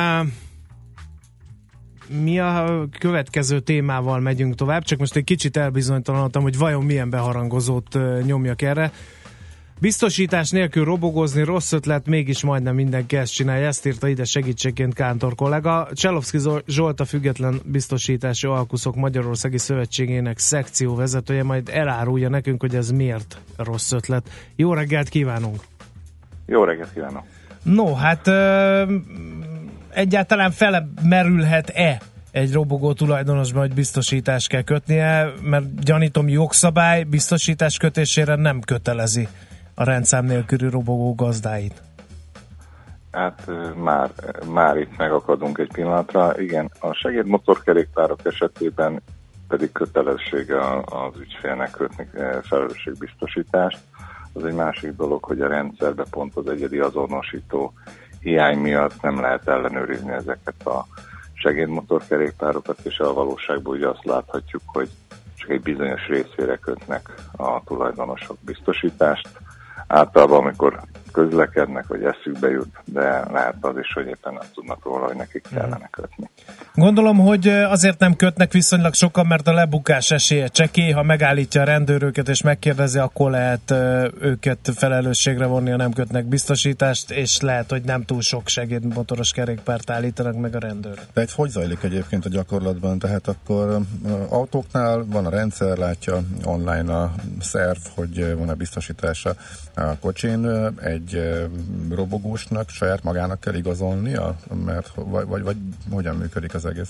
mi a következő témával megyünk tovább, csak most egy kicsit elbizonytalanodtam, hogy vajon milyen beharangozót nyomjak erre. Biztosítás nélkül robogozni rossz ötlet, mégis majdnem mindenki ezt csinálja. Ezt írta ide segítségként Kántor kollega. Cselovszky Zsolt, a Független Biztosítási Alkuszok Magyarországi Szövetségének szekcióvezetője, majd elárulja nekünk, hogy ez miért rossz ötlet. Jó reggelt kívánunk! Jó reggelt kívánok! No, hát ö, egyáltalán felemerülhet-e egy robogó tulajdonosban, hogy biztosítást kell kötnie, mert gyanítom, jogszabály biztosítás kötésére nem kötelezi a rendszám nélküli robogó gazdáit. Hát már, már itt megakadunk egy pillanatra. Igen, a segédmotorkerékpárok esetében pedig kötelessége az ügyfélnek kötni felelősségbiztosítást. Az egy másik dolog, hogy a rendszerbe pont az egyedi azonosító hiány miatt nem lehet ellenőrizni ezeket a segédmotorkerékpárokat, és a valóságban ugye azt láthatjuk, hogy csak egy bizonyos részére kötnek a tulajdonosok biztosítást. Általában, amikor közlekednek, vagy eszükbe jut, de lehet az is, hogy éppen nem tudnak róla, hogy nekik kellene kötni. Gondolom, hogy azért nem kötnek viszonylag sokan, mert a lebukás esélye csekély, ha megállítja a rendőröket és megkérdezi, akkor lehet őket felelősségre vonni, ha nem kötnek biztosítást, és lehet, hogy nem túl sok segédmotoros kerékpárt állítanak meg a rendőrök. De ez hogy zajlik egyébként a gyakorlatban? Tehát akkor autóknál van a rendszer, látja online a szerv, hogy van a biztosítása a kocsin, egy robogósnak saját magának kell igazolnia? Mert, vagy, vagy, vagy hogyan működik az egész?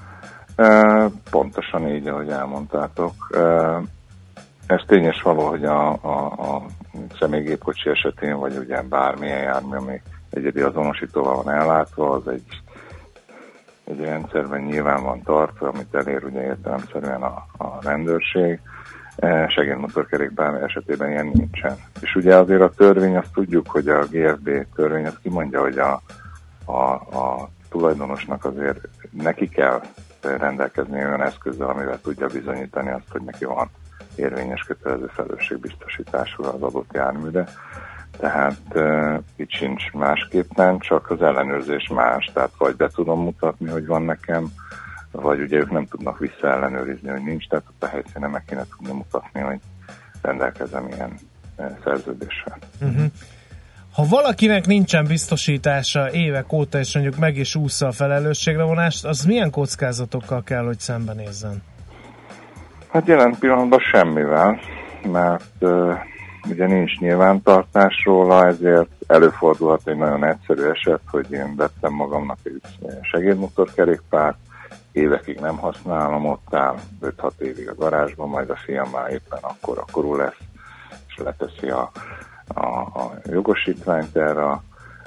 E, pontosan így, ahogy elmondtátok. E, ez tényes való, hogy a, a, a személygépkocsi esetén, vagy ugye bármilyen jármű, ami egyedi azonosítóval van ellátva, az egy, egy rendszerben nyilván van tartva, amit elér ugye értelemszerűen a, a rendőrség. Segédmotorkerékpár esetében ilyen nincsen. És ugye azért a törvény, azt tudjuk, hogy a gé ef bé törvény azt kimondja, hogy a, a, a tulajdonosnak azért neki kell rendelkezni olyan eszközzel, amivel tudja bizonyítani azt, hogy neki van érvényes kötelező felelősségbiztosítású az adott járműre. Tehát e, itt sincs másképpen, csak az ellenőrzés más. Tehát vagy be tudom mutatni, hogy van nekem, vagy ugye ők nem tudnak visszaellenőrizni, hogy nincs, tehát ott a helyszínen meg kéne tudni mutatni, hogy rendelkezem ilyen szerződéssel. Uh-huh. Ha valakinek nincsen biztosítása évek óta, és mondjuk meg is ússza a felelősségre vonást, az milyen kockázatokkal kell, hogy szembenézzen? Hát jelen pillanatban semmivel, mert uh, ugye nincs nyilvántartás róla, ezért előfordulhat egy nagyon egyszerű eset, hogy én vettem magamnak egy segédmotorkerékpárt, évekig nem használom, ott áll öt-hat évig a garázsban, majd a fiam már éppen akkor akkorú lesz, és leteszi a, a, a jogosítványt erre a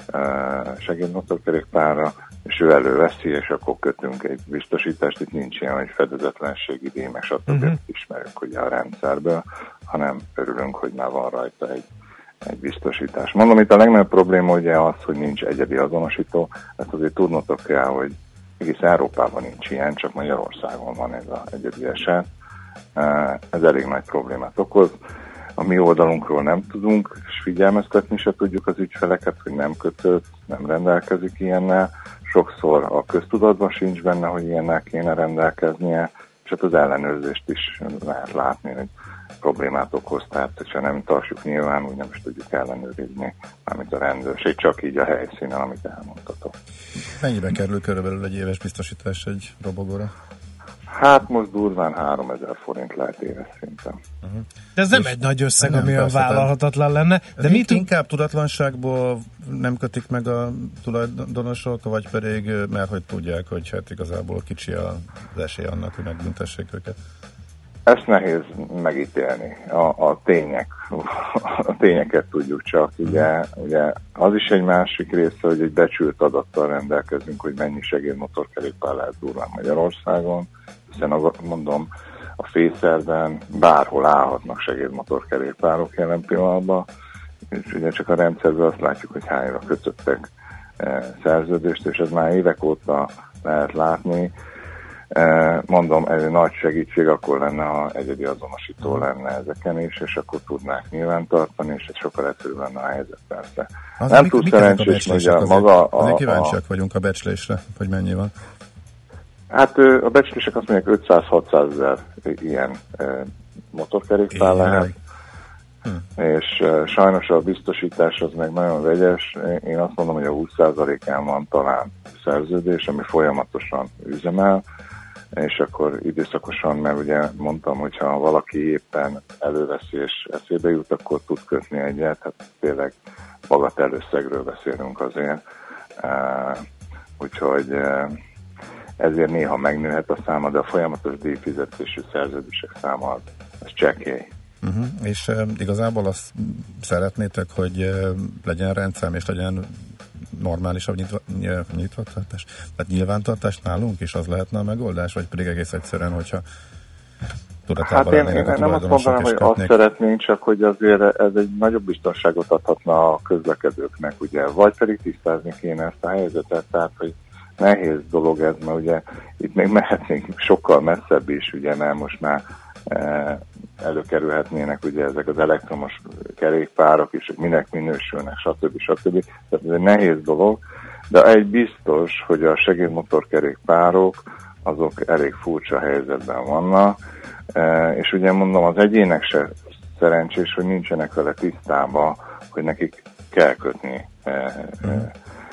e, segédmotorkerékpárra, és ő előveszi, és akkor kötünk egy biztosítást. Itt nincs ilyen, hogy fedezetlenségi díj, meg stb. Uh-huh. Ismerünk ugye a rendszerből, hanem örülünk, hogy már van rajta egy, egy biztosítás. Mondom, itt a legnagyobb probléma ugye az, hogy nincs egyedi azonosító, ezt azért tudnotok kell, hogy egész Európában nincs ilyen, csak Magyarországon van ez az egyedi eset. Ez elég nagy problémát okoz. A mi oldalunkról nem tudunk, és figyelmeztetni se tudjuk az ügyfeleket, hogy nem kötött, nem rendelkezik ilyennel. Sokszor a köztudatban sincs benne, hogy ilyennel kéne rendelkeznie, és hát az ellenőrzést is lehet látni, hogy problémát okoz, tehát hogyha nem tartjuk nyilván, úgy nem is tudjuk ellenőrizni, mármint a rendőrség, csak így a helyszínen, amit elmondhatok. Mennyibe kerül körülbelül egy éves biztosítás egy robogóra? Hát most durván háromezer forint lehet éves szinten. Uh-huh. De ez nem és egy nagy összeg, ami olyan vállalhatatlan lenne. De mit inkább tudatlanságból nem kötik meg a tulajdonosok, vagy pedig mert hogy tudják, hogy hát igazából kicsi az esély annak, hogy megbüntessék őket? Ezt nehéz megítélni. A, a tények, a tényeket tudjuk csak. Ugye, ugye az is egy másik része, hogy egy becsült adattal rendelkezünk, hogy mennyi segédmotorkerékpár lehet durván Magyarországon, hiszen a, mondom, a fészerben bárhol állhatnak segédmotorkerékpárok jelen pillanatban, és ugye csak a rendszerben azt látjuk, hogy hányra kötöttek e, szerződést, és ez már évek óta lehet látni. Mondom, ez egy nagy segítség akkor lenne, ha egyedi azonosító lenne ezeken is, és akkor tudnák nyilvántartani, és ez sokkal egyszerűbb lenne a helyzet, persze. Az nem túl szerencsés, hogy a maga... A, kíváncsiak vagyunk a becslésre, hogy mennyi van. Hát a becslések azt mondják ötszáz-hatszáz ezer ilyen motorkerékpár lehet. hm. és uh, sajnos a biztosítás az meg nagyon vegyes. Én azt mondom, hogy a húsz százalékán van talán szerződés, ami folyamatosan üzemel, és akkor időszakosan, mert ugye mondtam, hogyha valaki éppen előveszi és eszébe jut, akkor tud kötni egyet, hát tényleg bagatell összegről beszélünk azért. Uh, úgyhogy uh, ezért néha megnőhet a száma, de a folyamatos díjfizetésű szerződések száma az, az csekély. Uh-huh. És uh, igazából azt szeretnétek, hogy uh, legyen rendszám és legyen normálisabb nyitva, nyitvatartás? Tehát nyilvántartás nálunk is az lehetne a megoldás, vagy pedig egész egyszerűen, hogyha tudatában hát én, én nem azt mondanám, hogy azt szeretnénk, csak hogy azért ez egy nagyobb biztonságot adhatna a közlekedőknek, ugye, vagy pedig tisztázni kéne ezt a helyzetet, tehát, hogy nehéz dolog ez, mert ugye itt még mehetnénk sokkal messzebb is, ugye, mert most már e, előkerülhetnének ugye ezek az elektromos kerékpárok is, hogy minek minősülnek, stb. stb. Tehát ez egy nehéz dolog, de egy biztos, hogy a segédmotorkerékpárok azok elég furcsa helyzetben vannak, e, és ugye mondom, az egyének se szerencsés, hogy nincsenek vele tisztában, hogy nekik kell kötni e, e,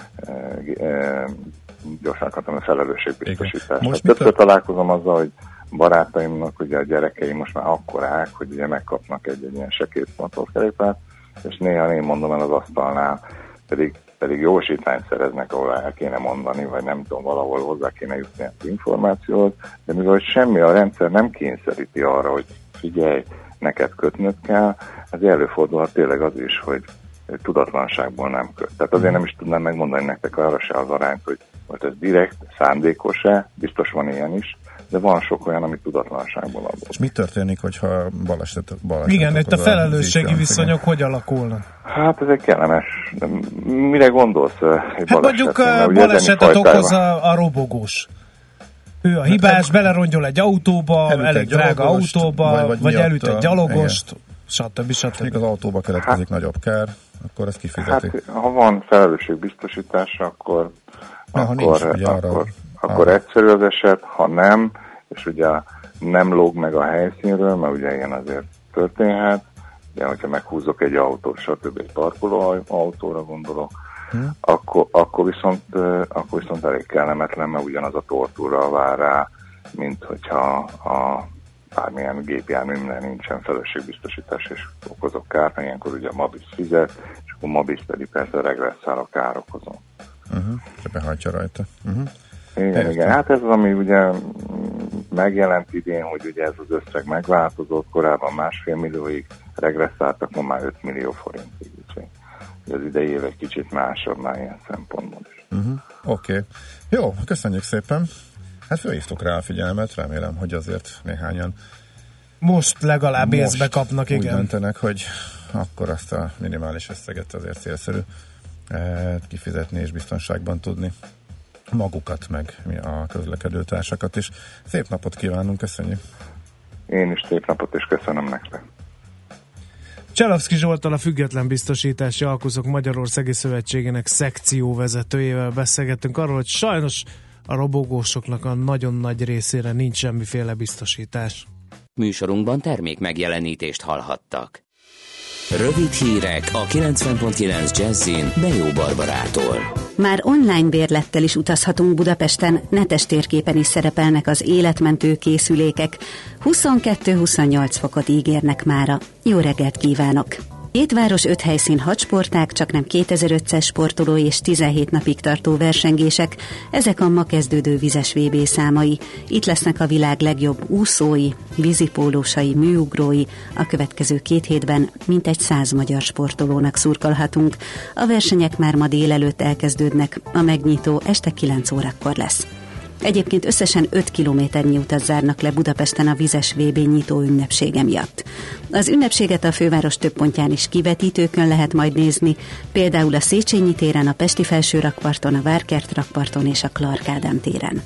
e, e, gyorsan akartam a felelősségbiztosítást. Többször találkozom azzal, hogy barátaimnak ugye a gyerekeim most már akkorák, hogy ugye megkapnak egy, egy ilyen sekét motorkerékpárt, és néha én mondom el az asztalnál, pedig, pedig jósítványt szereznek, ahol el kéne mondani, vagy nem tudom, valahol hozzá kéne jutni az információhoz, de mivel hogy semmi a rendszer nem kényszeríti arra, hogy figyelj, neked kötnöd kell, ez előfordulhat tényleg az is, hogy tudatlanságból nem köt. Tehát azért nem is tudnám megmondani nektek arra se az arányt, hogy hogy ez direkt, szándékos-e, biztos van ilyen is, de van sok olyan, ami tudatlanságból adott. És mi történik, hogyha baleset, baleset igen, itt a felelősségi a viszonyok hogy alakulnak? Hát ez egy kellemes. Mire gondolsz egy hát mondjuk a balesetet okoz a, a robogós. Ő a hibás, belerongyol egy autóba, elég drága autóba, vagy, vagy, vagy elüt egy gyalogost, igen. stb. stb. Még az autóba keletkezik hát, nagyobb kár, akkor ezt kifizeti. Hát, ha van felelősségbiztosítása, akkor Na, akkor, nincs, ugye, akkor, arra, akkor arra. egyszerű az eset, ha nem, és ugye nem lóg meg a helyszínről, mert ugye ilyen azért történhet, ugye, hogyha meghúzok egy autót, stb. Egy parkoló autóra gondolok, hmm. akkor, akkor, viszont, akkor viszont elég kellemetlen, mert ugyanaz a tortúra vár rá, mint hogyha a bármilyen gépjárműnél nincsen felelősségbiztosítás, és okozok kárt, ilyenkor ugye a Mabis fizet, és akkor Mabis pedig persze regresszál a károkozón. Uh-huh. Csak behajtja rajta. Uh-huh. Igen, Értem. igen, hát ez az, ami ugye megjelent idén, hogy ugye ez az összeg megváltozott, korábban másfél millióig regresszáltak, ma már öt millió forintig, úgyhogy az idei év egy kicsit másabb már ilyen szempontból is. Uh-huh. Oké. Okay. Jó, köszönjük szépen. Hát fölhívtuk rá a figyelmet, remélem, hogy azért néhányan most legalább most észbe kapnak, igen. Úgy döntenek, hogy akkor azt a minimális összeget azért célszerű kifizetni és biztonságban tudni magukat, meg a közlekedőtársakat is. Szép napot kívánunk, köszönjük! Én is szép napot, és köszönöm nektek! Cselavszky Zsolttal, a Független Biztosítási Alkuzók Magyarországi Szövetségének szekcióvezetőjével beszélgettünk arról, hogy sajnos a robogósoknak a nagyon nagy részére nincs semmiféle biztosítás. Műsorunkban termék megjelenítést hallhattak. Rövid hírek a kilencven pont kilenc Jazzin Bejó Barbarától. Már online bérlettel is utazhatunk Budapesten, netes térképen is szerepelnek az életmentő készülékek. huszonkettő-huszonnyolc fokot ígérnek mára. Jó reggelt kívánok! Hét város, öt helyszín, hat sportág, csaknem kétezer-ötszáz sportoló és tizenhét napig tartó versengések. Ezek a ma kezdődő vizes vé bé számai. Itt lesznek a világ legjobb úszói, vízipólósai, műugrói. A következő két hétben mintegy száz magyar sportolónak szurkolhatunk. A versenyek már ma délelőtt elkezdődnek, a megnyitó este kilenc órakor lesz. Egyébként összesen öt kilométernyi utat zárnak le Budapesten a vizes vé bé nyitó ünnepsége miatt. Az ünnepséget a főváros több pontján is kivetítőkön lehet majd nézni, például a Széchenyi téren, a Pesti Felsőrakparton, a Várkert rakparton és a Clark Ádám téren.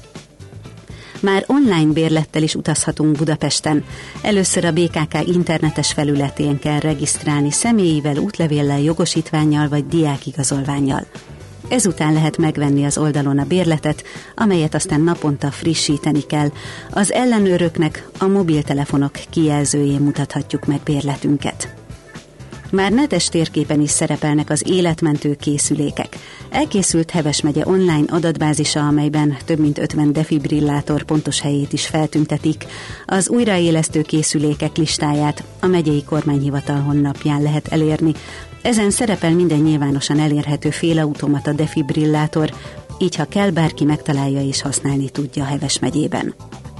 Már online bérlettel is utazhatunk Budapesten. Először a bé ká ká internetes felületén kell regisztrálni személyivel, útlevéllel, jogosítvánnyal vagy diákigazolvánnyal. Ezután lehet megvenni az oldalon a bérletet, amelyet aztán naponta frissíteni kell. Az ellenőröknek a mobiltelefonok kijelzőjén mutathatjuk meg bérletünket. Már netes térképen is szerepelnek az életmentő készülékek. Elkészült Heves megye online adatbázisa, amelyben több mint ötven defibrillátor pontos helyét is feltüntetik. Az újraélesztő készülékek listáját a megyei kormányhivatal honlapján lehet elérni. Ezen szerepel minden nyilvánosan elérhető félautomata defibrillátor, így ha kell, bárki megtalálja és használni tudja a Heves megyében.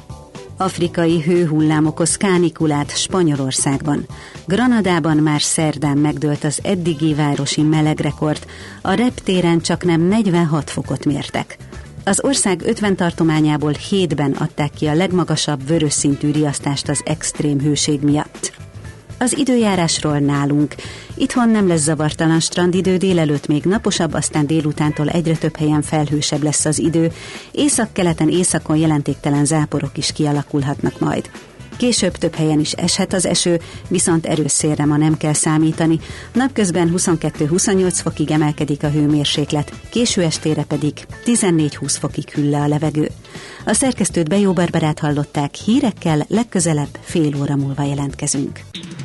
Afrikai hőhullám okoz kánikulát Spanyolországban. Granadában már szerdán megdőlt az eddigi városi melegrekord, a reptéren csaknem negyvenhat fokot mértek. Az ország ötven tartományából hétben adták ki a legmagasabb vörös szintű riasztást az extrém hőség miatt. Az időjárásról nálunk. Itthon nem lesz zavartalan strandidő, délelőtt még naposabb, aztán délutántól egyre több helyen felhősebb lesz az idő. Északkeleten, északon jelentéktelen záporok is kialakulhatnak majd. Később több helyen is eshet az eső, viszont erős szélre ma nem kell számítani. Napközben huszonkettő-huszonnyolc fokig emelkedik a hőmérséklet, késő estére pedig tizennégy-húsz fokig hűl le a levegő. A szerkesztőt Bejó Barbarát hallották, hírekkel legközelebb fél óra múlva jelentkezünk.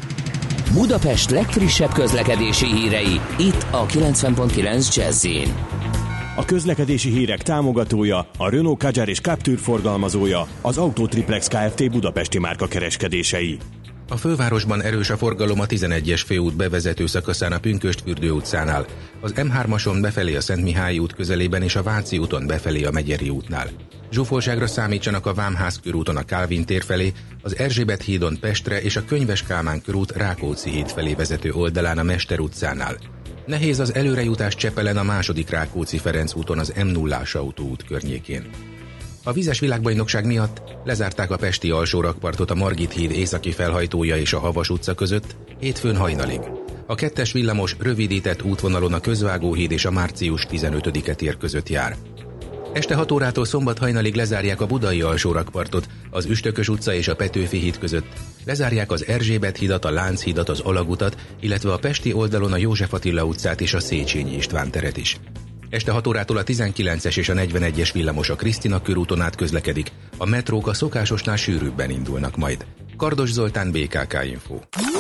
Budapest legfrissebb közlekedési hírei, itt a kilencven pont kilenc Jazz-in. A közlekedési hírek támogatója, a Renault Kadjar és Captur forgalmazója, az Autotriplex Kft. Budapesti márka kereskedései. A fővárosban erős a forgalom a tizenegyes főút bevezető szakaszán a Pünkösdfürdő utcánál, az em hármason befelé a Szentmihályi út közelében és a Váci úton befelé a Megyeri útnál. Zsúfoltságra számítsanak a Vámház körúton a Kálvin tér felé, az Erzsébet hídon Pestre és a Könyves Kálmán körút Rákóczi híd felé vezető oldalán a Mester utcánál. Nehéz az előrejutás Csepelen a második Rákóczi-Ferenc úton az em nullás autóút környékén. A vízes világbajnokság miatt lezárták a pesti alsórakpartot a Margit híd északi felhajtója és a Havas utca között hétfőn hajnalig. A kettes villamos rövidített útvonalon a Közvágóhíd és a március tizenötödike tér között jár. Este hat órától szombat hajnalig lezárják a budai alsórakpartot, az Üstökös utca és a Petőfi híd között. Lezárják az Erzsébet hidat, a Lánchídat, az Alagutat, illetve a pesti oldalon a József Attila utcát és a Széchenyi István teret is. Este hat órától a tizenkilences és a negyvenegyes villamos a Krisztina körúton át közlekedik, a metrók a szokásosnál sűrűbben indulnak majd. Kardos Zoltán, bé ká ká Info.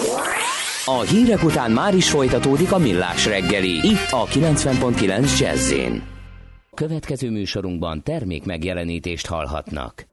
A hírek után már is folytatódik a Millás reggeli, itt a kilencven pont kilenc Jazz-in. Következő műsorunkban termék megjelenítést hallhatnak.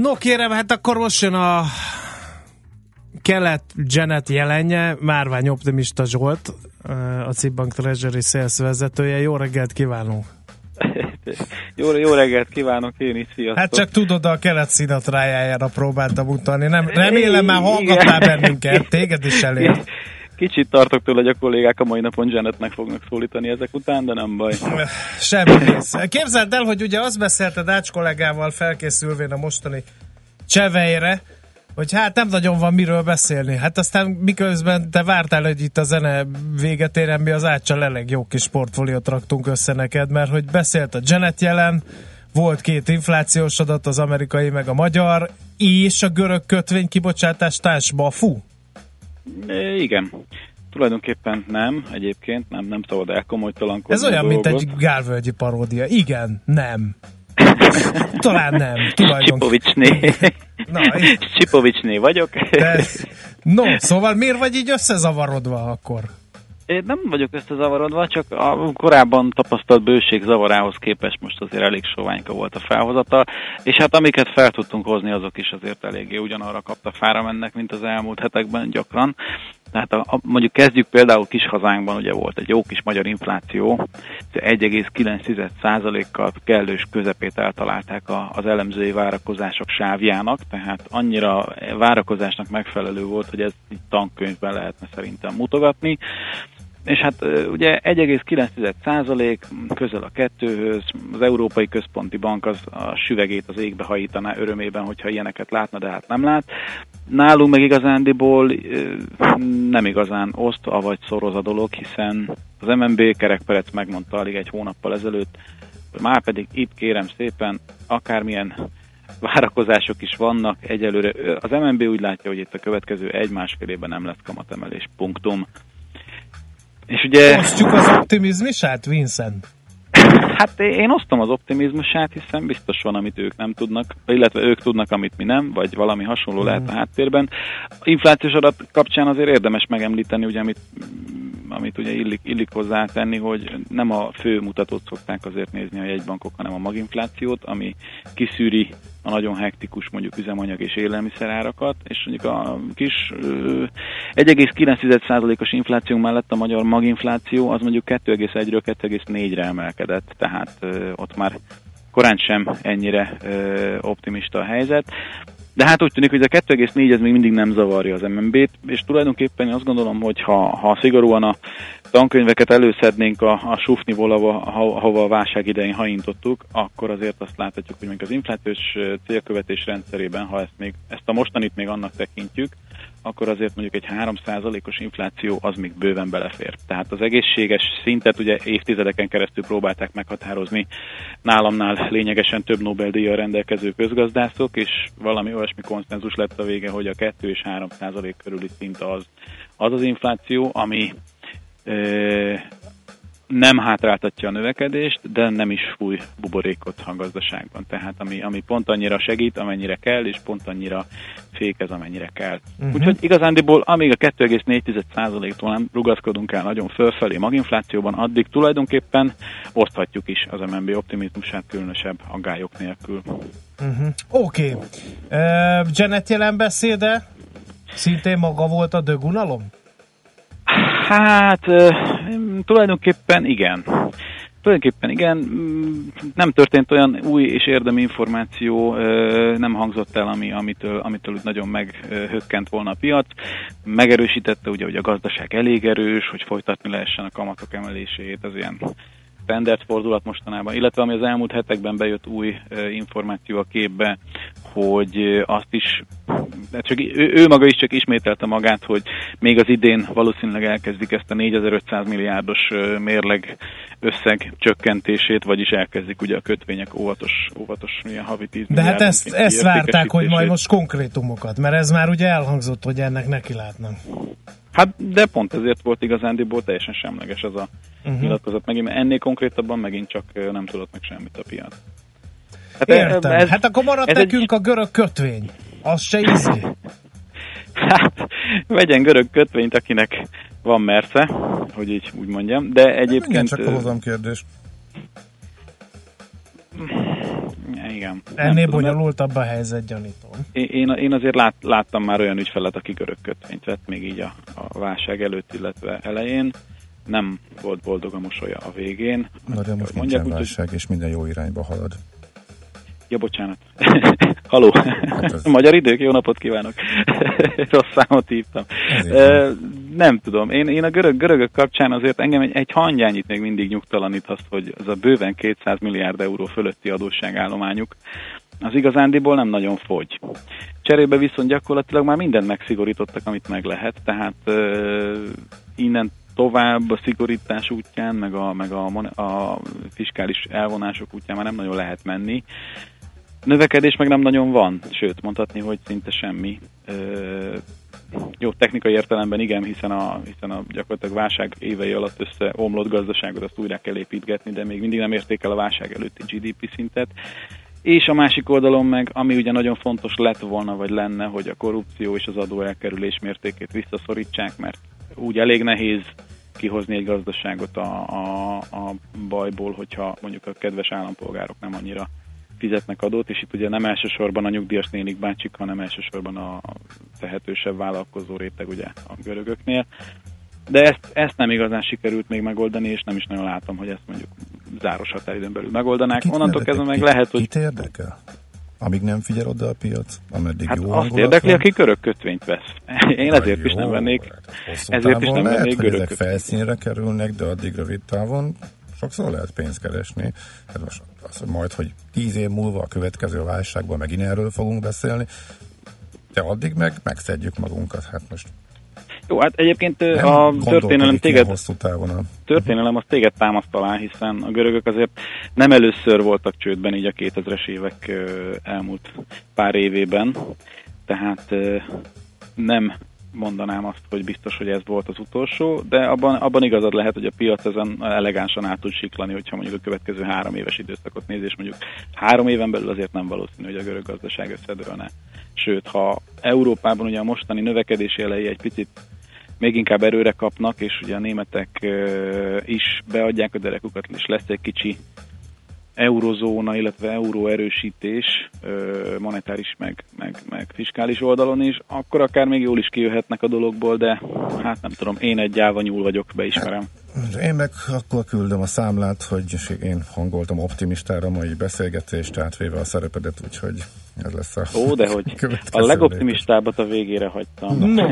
No kérem, hát akkor most jön a Kelet Janet jelenje, Márvány Optimista Zsolt, a Cibbank Treasury Sales vezetője. Jó reggelt kívánunk! Jó, jó reggelt kívánok én is, sziasztok! Hát csak tudod, a Kelet Sinatrájára próbáltam utalni. Nem, remélem már hallgattál bennünket, téged is elér. Kicsit tartok tőle, hogy a kollégák a mai napon Janetnek fognak szólítani ezek után, de nem baj. Semmi rész. Képzeld el, hogy ugye azt beszélted Ács kollégával felkészülvén a mostani csevejre, hogy hát nem nagyon van miről beszélni. Hát aztán miközben te vártál, hogy itt a zene véget érjen, mi az Áccsal elég jó kis portfóliót raktunk össze neked, mert hogy beszélt a Janet jelen, volt két inflációs adat, az amerikai meg a magyar, és a görög kötvény kibocsátás társba fú. É, igen. Tulajdonképpen nem, egyébként nem, nem szabad elkomolytalankodni. Ez olyan, mint egy Gálvölgyi paródia. Igen, nem. Talán nem. Csipovicsné. Csipovicsné vagyok. De, no, szóval miért vagy így összezavarodva akkor? Én nem vagyok összezavarodva, csak a korábban tapasztalt bőség zavarához képest most azért elég soványka volt a felhozata, és hát amiket fel tudtunk hozni, azok is azért eléggé ugyanarra kapta fára mennek, mint az elmúlt hetekben gyakran. Tehát a, a, mondjuk kezdjük például kis hazánkban, ugye volt egy jó kis magyar infláció, egy egész kilenc százalékkal kellős közepét eltalálták a, az elemzői várakozások sávjának, tehát annyira várakozásnak megfelelő volt, hogy ez így tankönyvben lehetne szerintem mutogatni. És hát ugye egy egész kilenc százalék közel a kettőhöz, az Európai Központi Bank az a süvegét az égbe hajítaná örömében, hogyha ilyeneket látna, de hát nem lát. Nálunk meg igazándiból nem igazán oszt, avagy szoroz a dolog, hiszen az em en bé Kerekperec megmondta alig egy hónappal ezelőtt, hogy már pedig itt kérem szépen, akármilyen várakozások is vannak, egyelőre az em en bé úgy látja, hogy itt a következő egy-másfél évben nem lesz kamatemelés, punktum. És ugye... Osztjuk az optimizmusát, Vincent? Hát én osztom az optimizmusát, hiszen biztos van, amit ők nem tudnak, illetve ők tudnak, amit mi nem, vagy valami hasonló mm. lehet a háttérben. Inflációs adat kapcsán azért érdemes megemlíteni, ugye, amit, amit ugye illik, illik hozzátenni, hogy nem a fő mutatót szokták azért nézni a jegybankok, hanem a maginflációt, ami kiszűri a nagyon hektikus mondjuk üzemanyag és élelmiszerárakat, és mondjuk a kis egy egész kilenc százalékos infláció mellett a magyar maginfláció az mondjuk kettő egész egyről kettő egész négyre emelkedett, tehát ö, ott már korán sem ennyire ö, optimista a helyzet. De hát úgy tűnik, hogy a kettő egész négy ez még mindig nem zavarja az em en bét, és tulajdonképpen én azt gondolom, hogy ha, ha szigorúan a tankönyveket előszednénk a, a sufniból, ahova a válság idején hajintottuk, akkor azért azt láthatjuk, hogy még az inflációs célkövetés rendszerében, ha ezt, még, ezt a mostanit még annak tekintjük, akkor azért mondjuk egy három százalékos infláció az még bőven belefér. Tehát az egészséges szintet ugye évtizedeken keresztül próbálták meghatározni nálamnál lényegesen több Nobel-díjjal rendelkező közgazdászok, és valami olyasmi konszenzus lett a vége, hogy a kettő és három százalék körüli szint az az, az infláció, ami ö, nem hátráltatja a növekedést, de nem is fúj buborékot a gazdaságban. Tehát ami, ami pont annyira segít, amennyire kell, és pont annyira fékez, amennyire kell. Uh-huh. Úgyhogy igazándiból, amíg a kettő egész négy százaléktól nem rugaszkodunk el nagyon fölfelé maginflációban, addig tulajdonképpen oszthatjuk is az em en bé optimizmusát különösebb aggályok nélkül. Uh-huh. Oké. Okay. Uh, Janet jelen beszéde szintén maga volt a dögunalom? Hát tulajdonképpen igen. Tulajdonképpen igen, nem történt olyan új és érdemi információ, nem hangzott el, ami, amitől, amitől nagyon meghökkent volna a piac. Megerősítette ugye, hogy a gazdaság elég erős, hogy folytatni lehessen a kamatok emelését, az ilyen standard fordulat mostanában, illetve ami az elmúlt hetekben bejött új információ a képbe, hogy azt is, csak ő, ő maga is csak ismételte magát, hogy még az idén valószínűleg elkezdik ezt a négyezer-ötszáz milliárdos mérleg összeg csökkentését, vagyis elkezdik ugye a kötvények óvatos, óvatos milyen havi tíz De hát ezt, ezt várták, hogy majd most konkrétumokat, mert ez már ugye elhangzott, hogy ennek neki látnak. Hát, de pont ezért volt igazándiból teljesen semleges ez a uh-huh. nyilatkozat. Megint ennél konkrétabban megint csak nem tudott meg semmit a piac. Hát értem. Ez, hát akkor maradt nekünk egy... a görög kötvény. Az se ízi. Hát, vegyen görög kötvényt, akinek van mersze, hogy így úgy mondjam, de egyébként... Igen, csak a hozam kérdés. igen. Ennél bonyolultabb a helyzet, gyanítom. Én, én, én azért lát, láttam már olyan ügyfelet, aki görög kötvényt vett még így a, a válság előtt, illetve elején. Nem volt boldog a mosolya a végén. Na de most nincsen válság, és minden jó irányba halad. Ja, bocsánat. Haló. Hát ez... Magyar idők, jó napot kívánok. Rossz számot hívtam. E, nem tudom. Én, én a görög, görögök kapcsán azért engem egy, egy hangyányit még mindig nyugtalanít azt, hogy az a bőven kétszáz milliárd euró fölötti adósságállományuk az igazándiból nem nagyon fogy. Cserébe viszont gyakorlatilag már mindent megszigorítottak, amit meg lehet, tehát e, innen tovább a szigorítás útján, meg a, meg a, a fiskális elvonások útján már nem nagyon lehet menni. Növekedés meg nem nagyon van, sőt, mondhatni, hogy szinte semmi. Ö, jó, technikai értelemben igen, hiszen a, hiszen a gyakorlatilag válság évei alatt összeomlott gazdaságot azt újra kell építgetni, de még mindig nem érték el a válság előtti gé dé pé szintet. És a másik oldalon meg, ami ugye nagyon fontos lett volna, vagy lenne, hogy a korrupció és az adóelkerülés mértékét visszaszorítsák, mert úgy elég nehéz kihozni egy gazdaságot a, a, a bajból, hogyha mondjuk a kedves állampolgárok nem annyira fizetnek adót, és itt ugye nem elsősorban a nyugdíjas nénik bácsik, hanem elsősorban a tehetősebb vállalkozó réteg ugye a görögöknél. De ezt, ezt nem igazán sikerült még megoldani, és nem is nagyon látom, hogy ezt mondjuk záros határidőn belül megoldanák. Kit Onnantól kezdve meg kit, lehet, hogy... Kit érdekel? Amíg nem figyel oda a piac, ameddig hát jó azt érdekli, aki görög kötvényt vesz. Én Na ezért jó, is nem vennék. Hosszú Ezért is nem lehet, vennék hogy görög ezek kötvényt. felszínre kerülnek, de addig rövid távon sokszor lehet pénzt keresni. Hát most az, hogy majd, hogy tíz év múlva a következő válságban megint erről fogunk beszélni, de addig meg megszedjük magunkat. Hát most jó, hát egyébként a történelem téged, hosszú távon a... történelem az téged támaszt alá, hiszen a görögök azért nem először voltak csődben így a kétezres évek elmúlt pár évében, tehát nem mondanám azt, hogy biztos, hogy ez volt az utolsó, de abban, abban igazad lehet, hogy a piac ezen elegánsan át tud siklani, hogyha mondjuk a következő három éves időszakot néz, és mondjuk három éven belül azért nem valószínű, hogy a görög gazdaság összedőlne. Sőt, ha Európában ugye a mostani növekedési elejé egy picit még inkább erőre kapnak, és ugye a németek is beadják a derekukat, és lesz egy kicsi eurozóna, illetve euró erősítés monetáris meg, meg, meg fiskális oldalon is, akkor akár még jól is kijöhetnek a dologból, de hát nem tudom, én egy gyáva nyúl vagyok, beismerem. Én meg akkor küldöm a számlát, hogy én hangoltam optimistára a mai beszélgetést, átvéve a szerepedet, úgyhogy ez lesz a Ó, de hogy a legoptimistábbat a végére hagytam. No.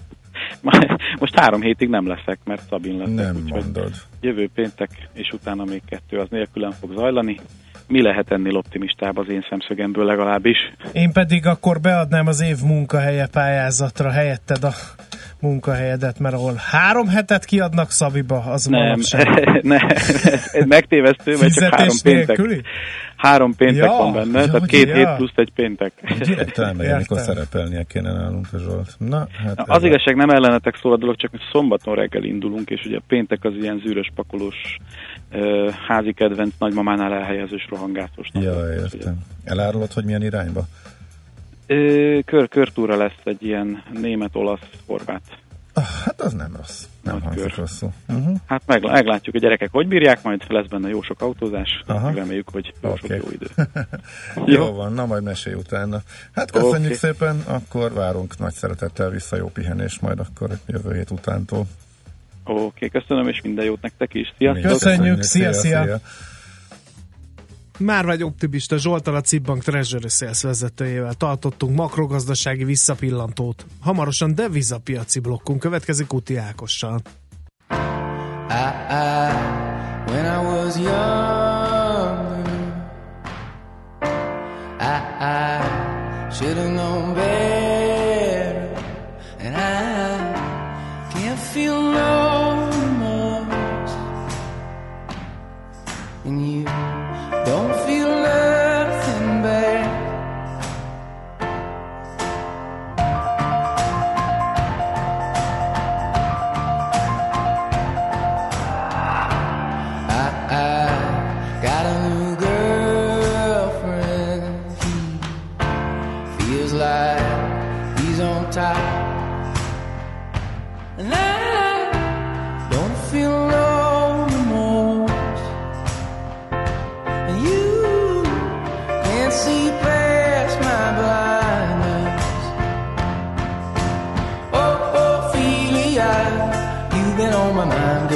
Most három hétig nem leszek, mert Szabin leszek. Nem mondod. Jövő péntek, és utána még kettő, az nélkülön fog zajlani. Mi lehet ennél optimistább az én szemszögemből legalábbis? Én pedig akkor beadnám az év munkahelye pályázatra helyetted a munkahelyedet, mert ahol három hetet kiadnak Szabiba, az nem, nem, ez megtévesztő, mert csak három péntek. Nélküli? Három péntek ja, van benne, ja, tehát két ja. hét plusz egy péntek. Direkt elmegyek, mikor szerepelnie kéne nálunk a Zsolt. Na, hát Na, az a... igazság nem ellenetek szól a dolog, csak szombaton reggel indulunk, és ugye péntek az ilyen zűrös, pakolós, uh, házi kedvenc nagymamánál elhelyezős rohangászós nap. Ja, értem. Elárulod, hogy milyen irányba? Uh, kör, körtúra lesz egy ilyen német, olasz, horvát. Ah, hát az nem rossz. Nem hangzik rosszul. Uh-huh. Hát meg, meglátjuk, a gyerekek hogy bírják, majd lesz benne jó sok autózás, reméljük, hogy jó okay. sok jó idő. jó. jó van, na majd mesélj utána. Hát köszönjük okay. szépen, akkor várunk nagy szeretettel vissza, jó pihenés majd akkor jövő hét utántól. Oké, okay, köszönöm, és minden jót nektek is. Sziasztok! Köszönjük, köszönjük. Szia, szia, szia! Már vagy optimista Zsolttal, a Cibbank Treasury Sales vezetőjével tartottunk makrogazdasági visszapillantót. Hamarosan devizapiaci blokkunk következik Uti Ákossal. I, I, when I was young, I, I should have known better, and I can't feel no remorse, and you don't feel nothing bad. I, I got a new girlfriend. He feels like he's on top, and I don't feel no remorse. And you can't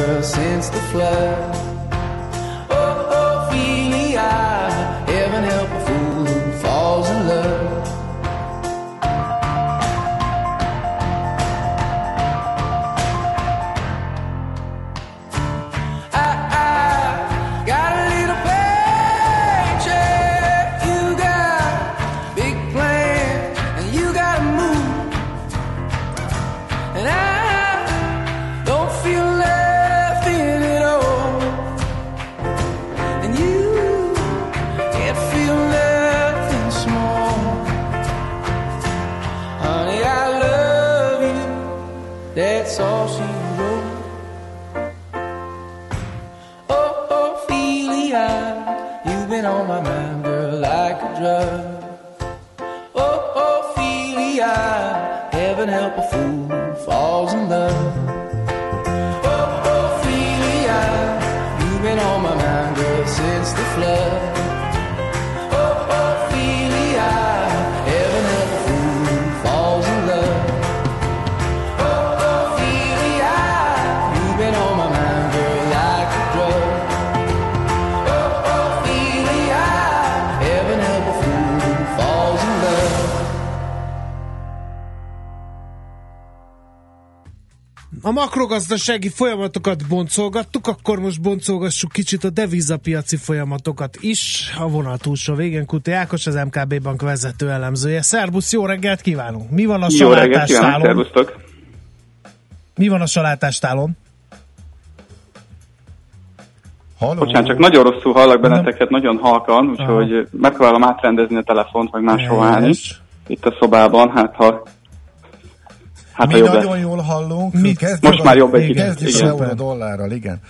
girl since the flood. Oh, Ophelia, heaven help a fool who falls in love. That's all she wrote. Oh, Ophelia, you've been on my mind, girl, like a drug. Oh, Ophelia, heaven help a fool who falls in love. Oh, Ophelia, you've been on my mind, girl, since the flood. Oh, Ophelia, heaven help a fool who falls in love. A makrogazdasági folyamatokat boncolgattuk, akkor most boncolgassuk kicsit a devizapiaci folyamatokat is. A vonal túlsó végén Kuti Ákos, az em ká bé Bank vezető elemzője. Szerbusz, jó reggelt kívánunk! Mi van a salátástálon? Mi van a salátástálon? Halló. Bocsánat, csak nagyon rosszul hallak benneteket, nagyon halkan, úgyhogy aha, megpróbálom átrendezni a telefont, vagy máshol állni. Itt a szobában, hát ha Hát mi nagyon lesz. Jól hallunk. Mi? Most már jobb egy kicsit. Kezdjük euró-dollárral, igen.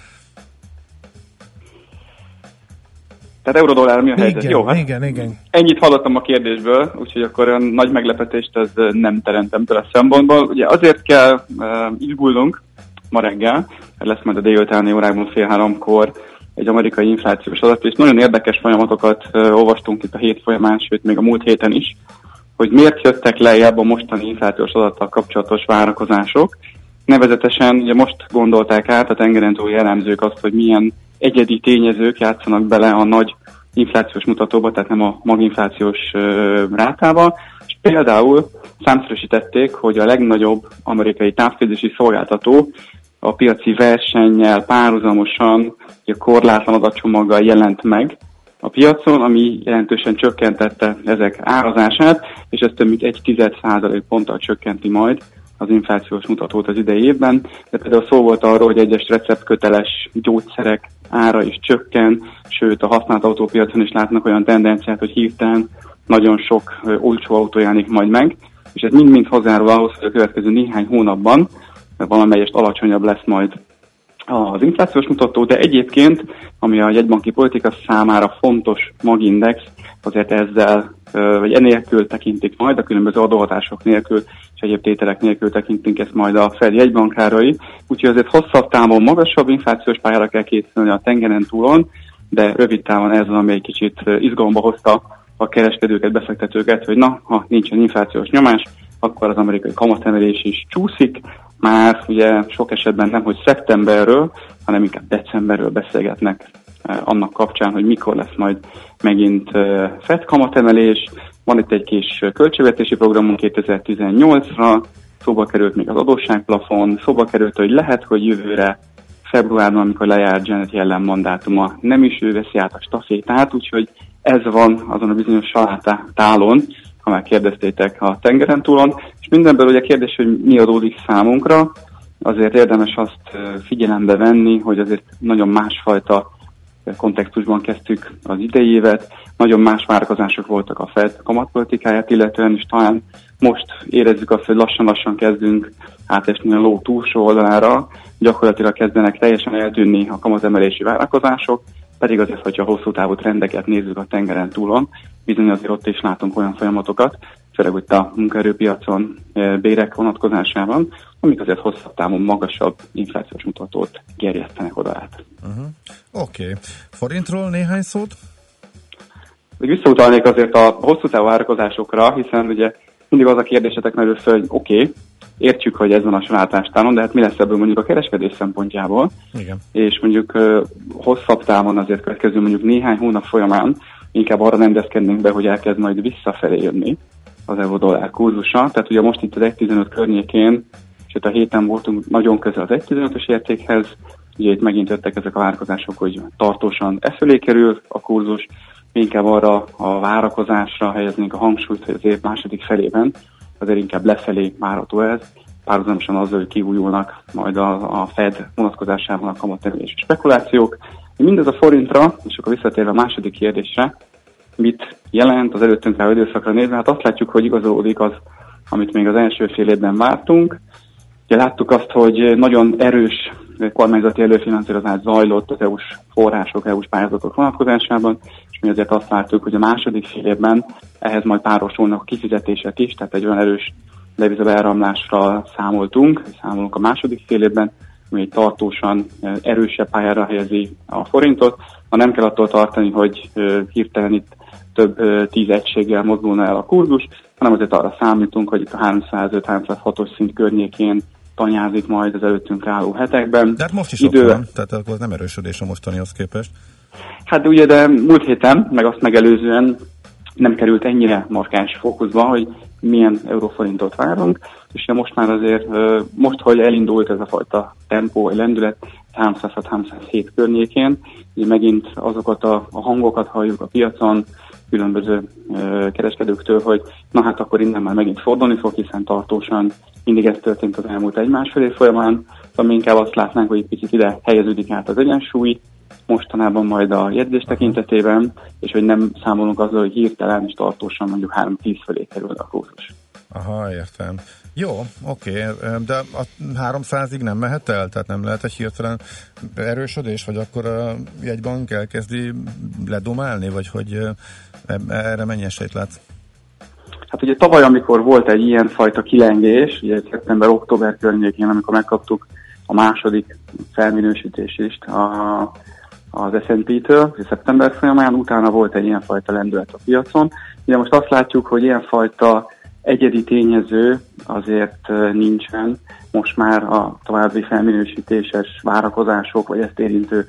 Tehát euró-dollár mi a helyzet? Igen, jó, hát igen, igen. Ennyit hallottam a kérdésből, úgyhogy akkor olyan nagy meglepetést ez nem teremtem tőle a szempontból. Ugye azért kell uh, izgulnunk ma reggel, lesz majd a délutáni órákban fél háromkor egy amerikai inflációs adat, és nagyon érdekes folyamatokat uh, olvastunk itt a hét folyamán, sőt még a múlt héten is, hogy miért jöttek lejjebb a mostani inflációs adattal kapcsolatos várakozások. Nevezetesen ugye most gondolták át a tengeren túli elemzők azt, hogy milyen egyedi tényezők játszanak bele a nagy inflációs mutatóba, tehát nem a maginflációs ö, rátába. És például számszerűsítették, hogy a legnagyobb amerikai távközlési szolgáltató a piaci versennyel párhuzamosan a korlátlan adatcsomaggal jelent meg a piacon, ami jelentősen csökkentette ezek árazását, és ez több mint egy tized százalék ponttal csökkenti majd az inflációs mutatót az idei évben. De például szó volt arról, hogy egyes receptköteles gyógyszerek ára is csökken, sőt a használt autópiacon is látnak olyan tendenciát, hogy hirtelen nagyon sok olcsó autó jelenik majd meg, és ez mind-mind hozzájárul ahhoz, hogy a következő néhány hónapban valamelyest alacsonyabb lesz majd az inflációs mutató, de egyébként, ami a jegybanki politika számára fontos magindex, azért ezzel, vagy enélkül tekintik majd, a különböző adóhatások nélkül, és egyéb tételek nélkül tekintünk ezt majd a Fed jegybankárai, úgyhogy azért hosszabb távon magasabb inflációs pályára kell készülni a tengeren túlon, de rövid távon ez az, ami egy kicsit izgalomba hozta a kereskedőket, befektetőket, hogy na, ha nincsen inflációs nyomás, akkor az amerikai kamatemelés is csúszik. Már ugye sok esetben nem, hogy szeptemberről, hanem inkább decemberről beszélgetnek eh, annak kapcsán, hogy mikor lesz majd megint eh, Fed kamatemelés. Van itt egy kis költségvetési programunk kétezer-tizennyolcra, szóba került még az adósságplafon, szóba került, hogy lehet, hogy jövőre februárban, amikor lejár Janet Yellen mandátuma, nem is ő veszi át a stafétát, úgyhogy ez van azon a bizonyos salátátálon, ha már kérdeztétek a tengeren túlon, és mindenből ugye kérdés, hogy mi adódik számunkra, azért érdemes azt figyelembe venni, hogy azért nagyon másfajta kontextusban kezdtük az idei évet, nagyon más várakozások voltak a Fed kamatpolitikáját illetően, és talán most érezzük azt, hogy lassan-lassan kezdünk átesni a ló túlsó oldalára, gyakorlatilag kezdenek teljesen eltűnni a kamatemelési várakozások, pedig azért, hogyha hosszú távú trendeket nézzük a tengeren túlon, bizony azért ott is látunk olyan folyamatokat, főleg itt a munkaerőpiacon bérek vonatkozásában, amik azért hosszabb távon magasabb inflációs mutatót gerjesztenek oda át. Uh-huh. Oké. Okay. Forintról néhány szót? Visszautalnék azért a hosszú távú várakozásokra, hiszen ugye mindig az a kérdésetek merül föl, hogy oké, okay, értjük, hogy ez van a salátástálon, de hát mi lesz ebből mondjuk a kereskedés szempontjából, Igen. és mondjuk uh, hosszabb távon azért következő mondjuk néhány hónap folyamán inkább arra rendezkednénk be, hogy elkezd majd visszafelé jönni az euró-dollár kurzusa. Tehát ugye most itt az egy tizenöt környékén, és itt a héten voltunk nagyon közel az egy tizenötös értékhez, ugye itt megint jöttek ezek a várakozások, hogy tartósan e fölé kerül a kurzus, inkább arra a várakozásra helyeznénk a hangsúlyt, hogy az év második felében azért inkább lefelé várható ez, párhuzamosan azzal, hogy kiújulnak majd a, a Fed vonatkozásában a kamatemelési spekulációk. Mindez a forintra, és akkor visszatérve a második kérdésre, mit jelent az előttünk álló időszakra nézve? Hát azt látjuk, hogy igazolódik az, amit még az első fél évben vártunk. Ugye láttuk azt, hogy nagyon erős kormányzati előfinanszírozás zajlott az é u-s források, é u-s pályázatok vonatkozásában, és mi azért azt láttuk, hogy a második fél évben ehhez majd párosulnak a kifizetések is, tehát egy olyan erős devizabeáramlásra számoltunk, számolunk a második fél évben, ami egy tartósan erősebb pályára helyezi a forintot. Ha nem kell attól tartani, hogy hirtelen itt több tíz egységgel mozdulna el a kurzus, hanem azért arra számítunk, hogy itt a háromszázöt-háromszázhatos szint környékén tanyázik majd az előttünk álló hetekben. De hát most is Idő... ott van, tehát akkor nem erősödés a mostanihoz képest. Hát ugye, de múlt héten, meg azt megelőzően nem került ennyire markáns fókuszba, hogy milyen euróforintot várunk, és most már azért, most, hogy elindult ez a fajta tempó, vagy lendület, háromszázhat-háromszázhét környékén, így megint azokat a, a hangokat halljuk a piacon, különböző ö, kereskedőktől, hogy na hát akkor innen már megint fordulni fog, hiszen tartósan mindig ez történt az elmúlt egy-másfél év folyamán, szóval inkább azt látnánk, hogy egy picit ide helyeződik át az egyensúly, mostanában majd a jegyzés tekintetében, és hogy nem számolunk azzal, hogy hirtelen és tartósan mondjuk három tíz fölé kerül a kurzus. Aha, értem. Jó, oké, de a háromszázig nem mehet el? Tehát nem lehet egy hirtelen erősödés, vagy akkor a jegybank elkezdi ledomálni, vagy hogy erre mennyi esélyt látsz? Hát ugye tavaly, amikor volt egy ilyen fajta kilengés, ugye szeptember-október környékén, amikor megkaptuk a második felminősítést a, az es and pé-től, szeptember folyamán, utána volt egy ilyen fajta lendület a piacon. Ugye most azt látjuk, hogy ilyen fajta egyedi tényező azért nincsen. Most már a további felminősítéses várakozások, vagy ezt érintő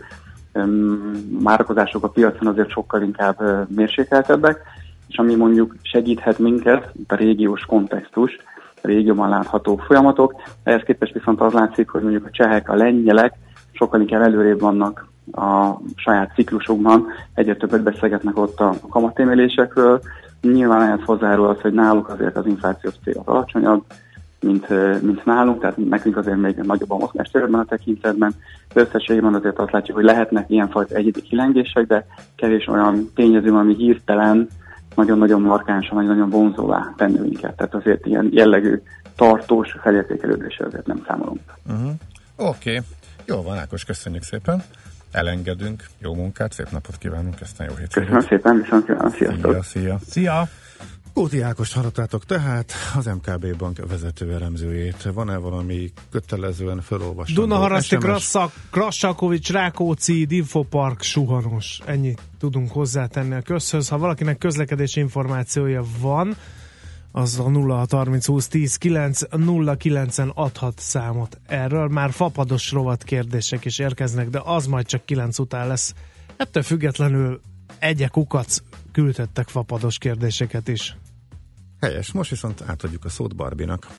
um, várakozások a piacon azért sokkal inkább uh, mérsékeltebbek, és ami mondjuk segíthet minket, a régiós kontextus, a régióban látható folyamatok. Ehhez képest viszont az látszik, hogy mondjuk a csehek, a lengyelek sokkal inkább előrébb vannak a saját ciklusukban, egyre többet beszélgetnek ott a kamatemelésekről. Nyilván ehhez hozzájárul az, hogy náluk azért az inflációs cél az alacsonyabb, mint, mint nálunk, tehát nekünk azért még nagyobb a mozgástér ebben a tekintetben. De összességében azért azt látjuk, hogy lehetnek ilyenfajta egyedi kilengések, de kevés olyan tényező, ami hirtelen nagyon-nagyon markánsan, nagyon-nagyon vonzóvá tenni minket. Tehát azért ilyen jellegű tartós felértékelődésre azért nem számolunk. Uh-huh. Oké, okay. Jó van, Ákos, köszönjük szépen. Elengedünk, jó munkát, szép napot kívánunk, aztán jó hétvégét. Köszönöm szépen, viszont kívánom, sziasztok! Szia, szia! Szia! Kóti Ákost hallottátok tehát, az em ká bé Bank vezető elemzőjét. Van-e valami kötelezően felolvasandó? Dunaharaszti, Krassakovics, Rákóczi, Infopark, Suhanos. Ennyit tudunk hozzátenni a közhöz. Ha valakinek közlekedési információja van, az a nulla hat harminc húsz tíz kilenc nulla kilencen adhat számot erről. Már fapados rovat kérdések is érkeznek, de az majd csak kilenc után lesz. Ettől függetlenül egyek kukac küldhettek fapados kérdéseket is. Helyes, most viszont átadjuk a szót Barbinak.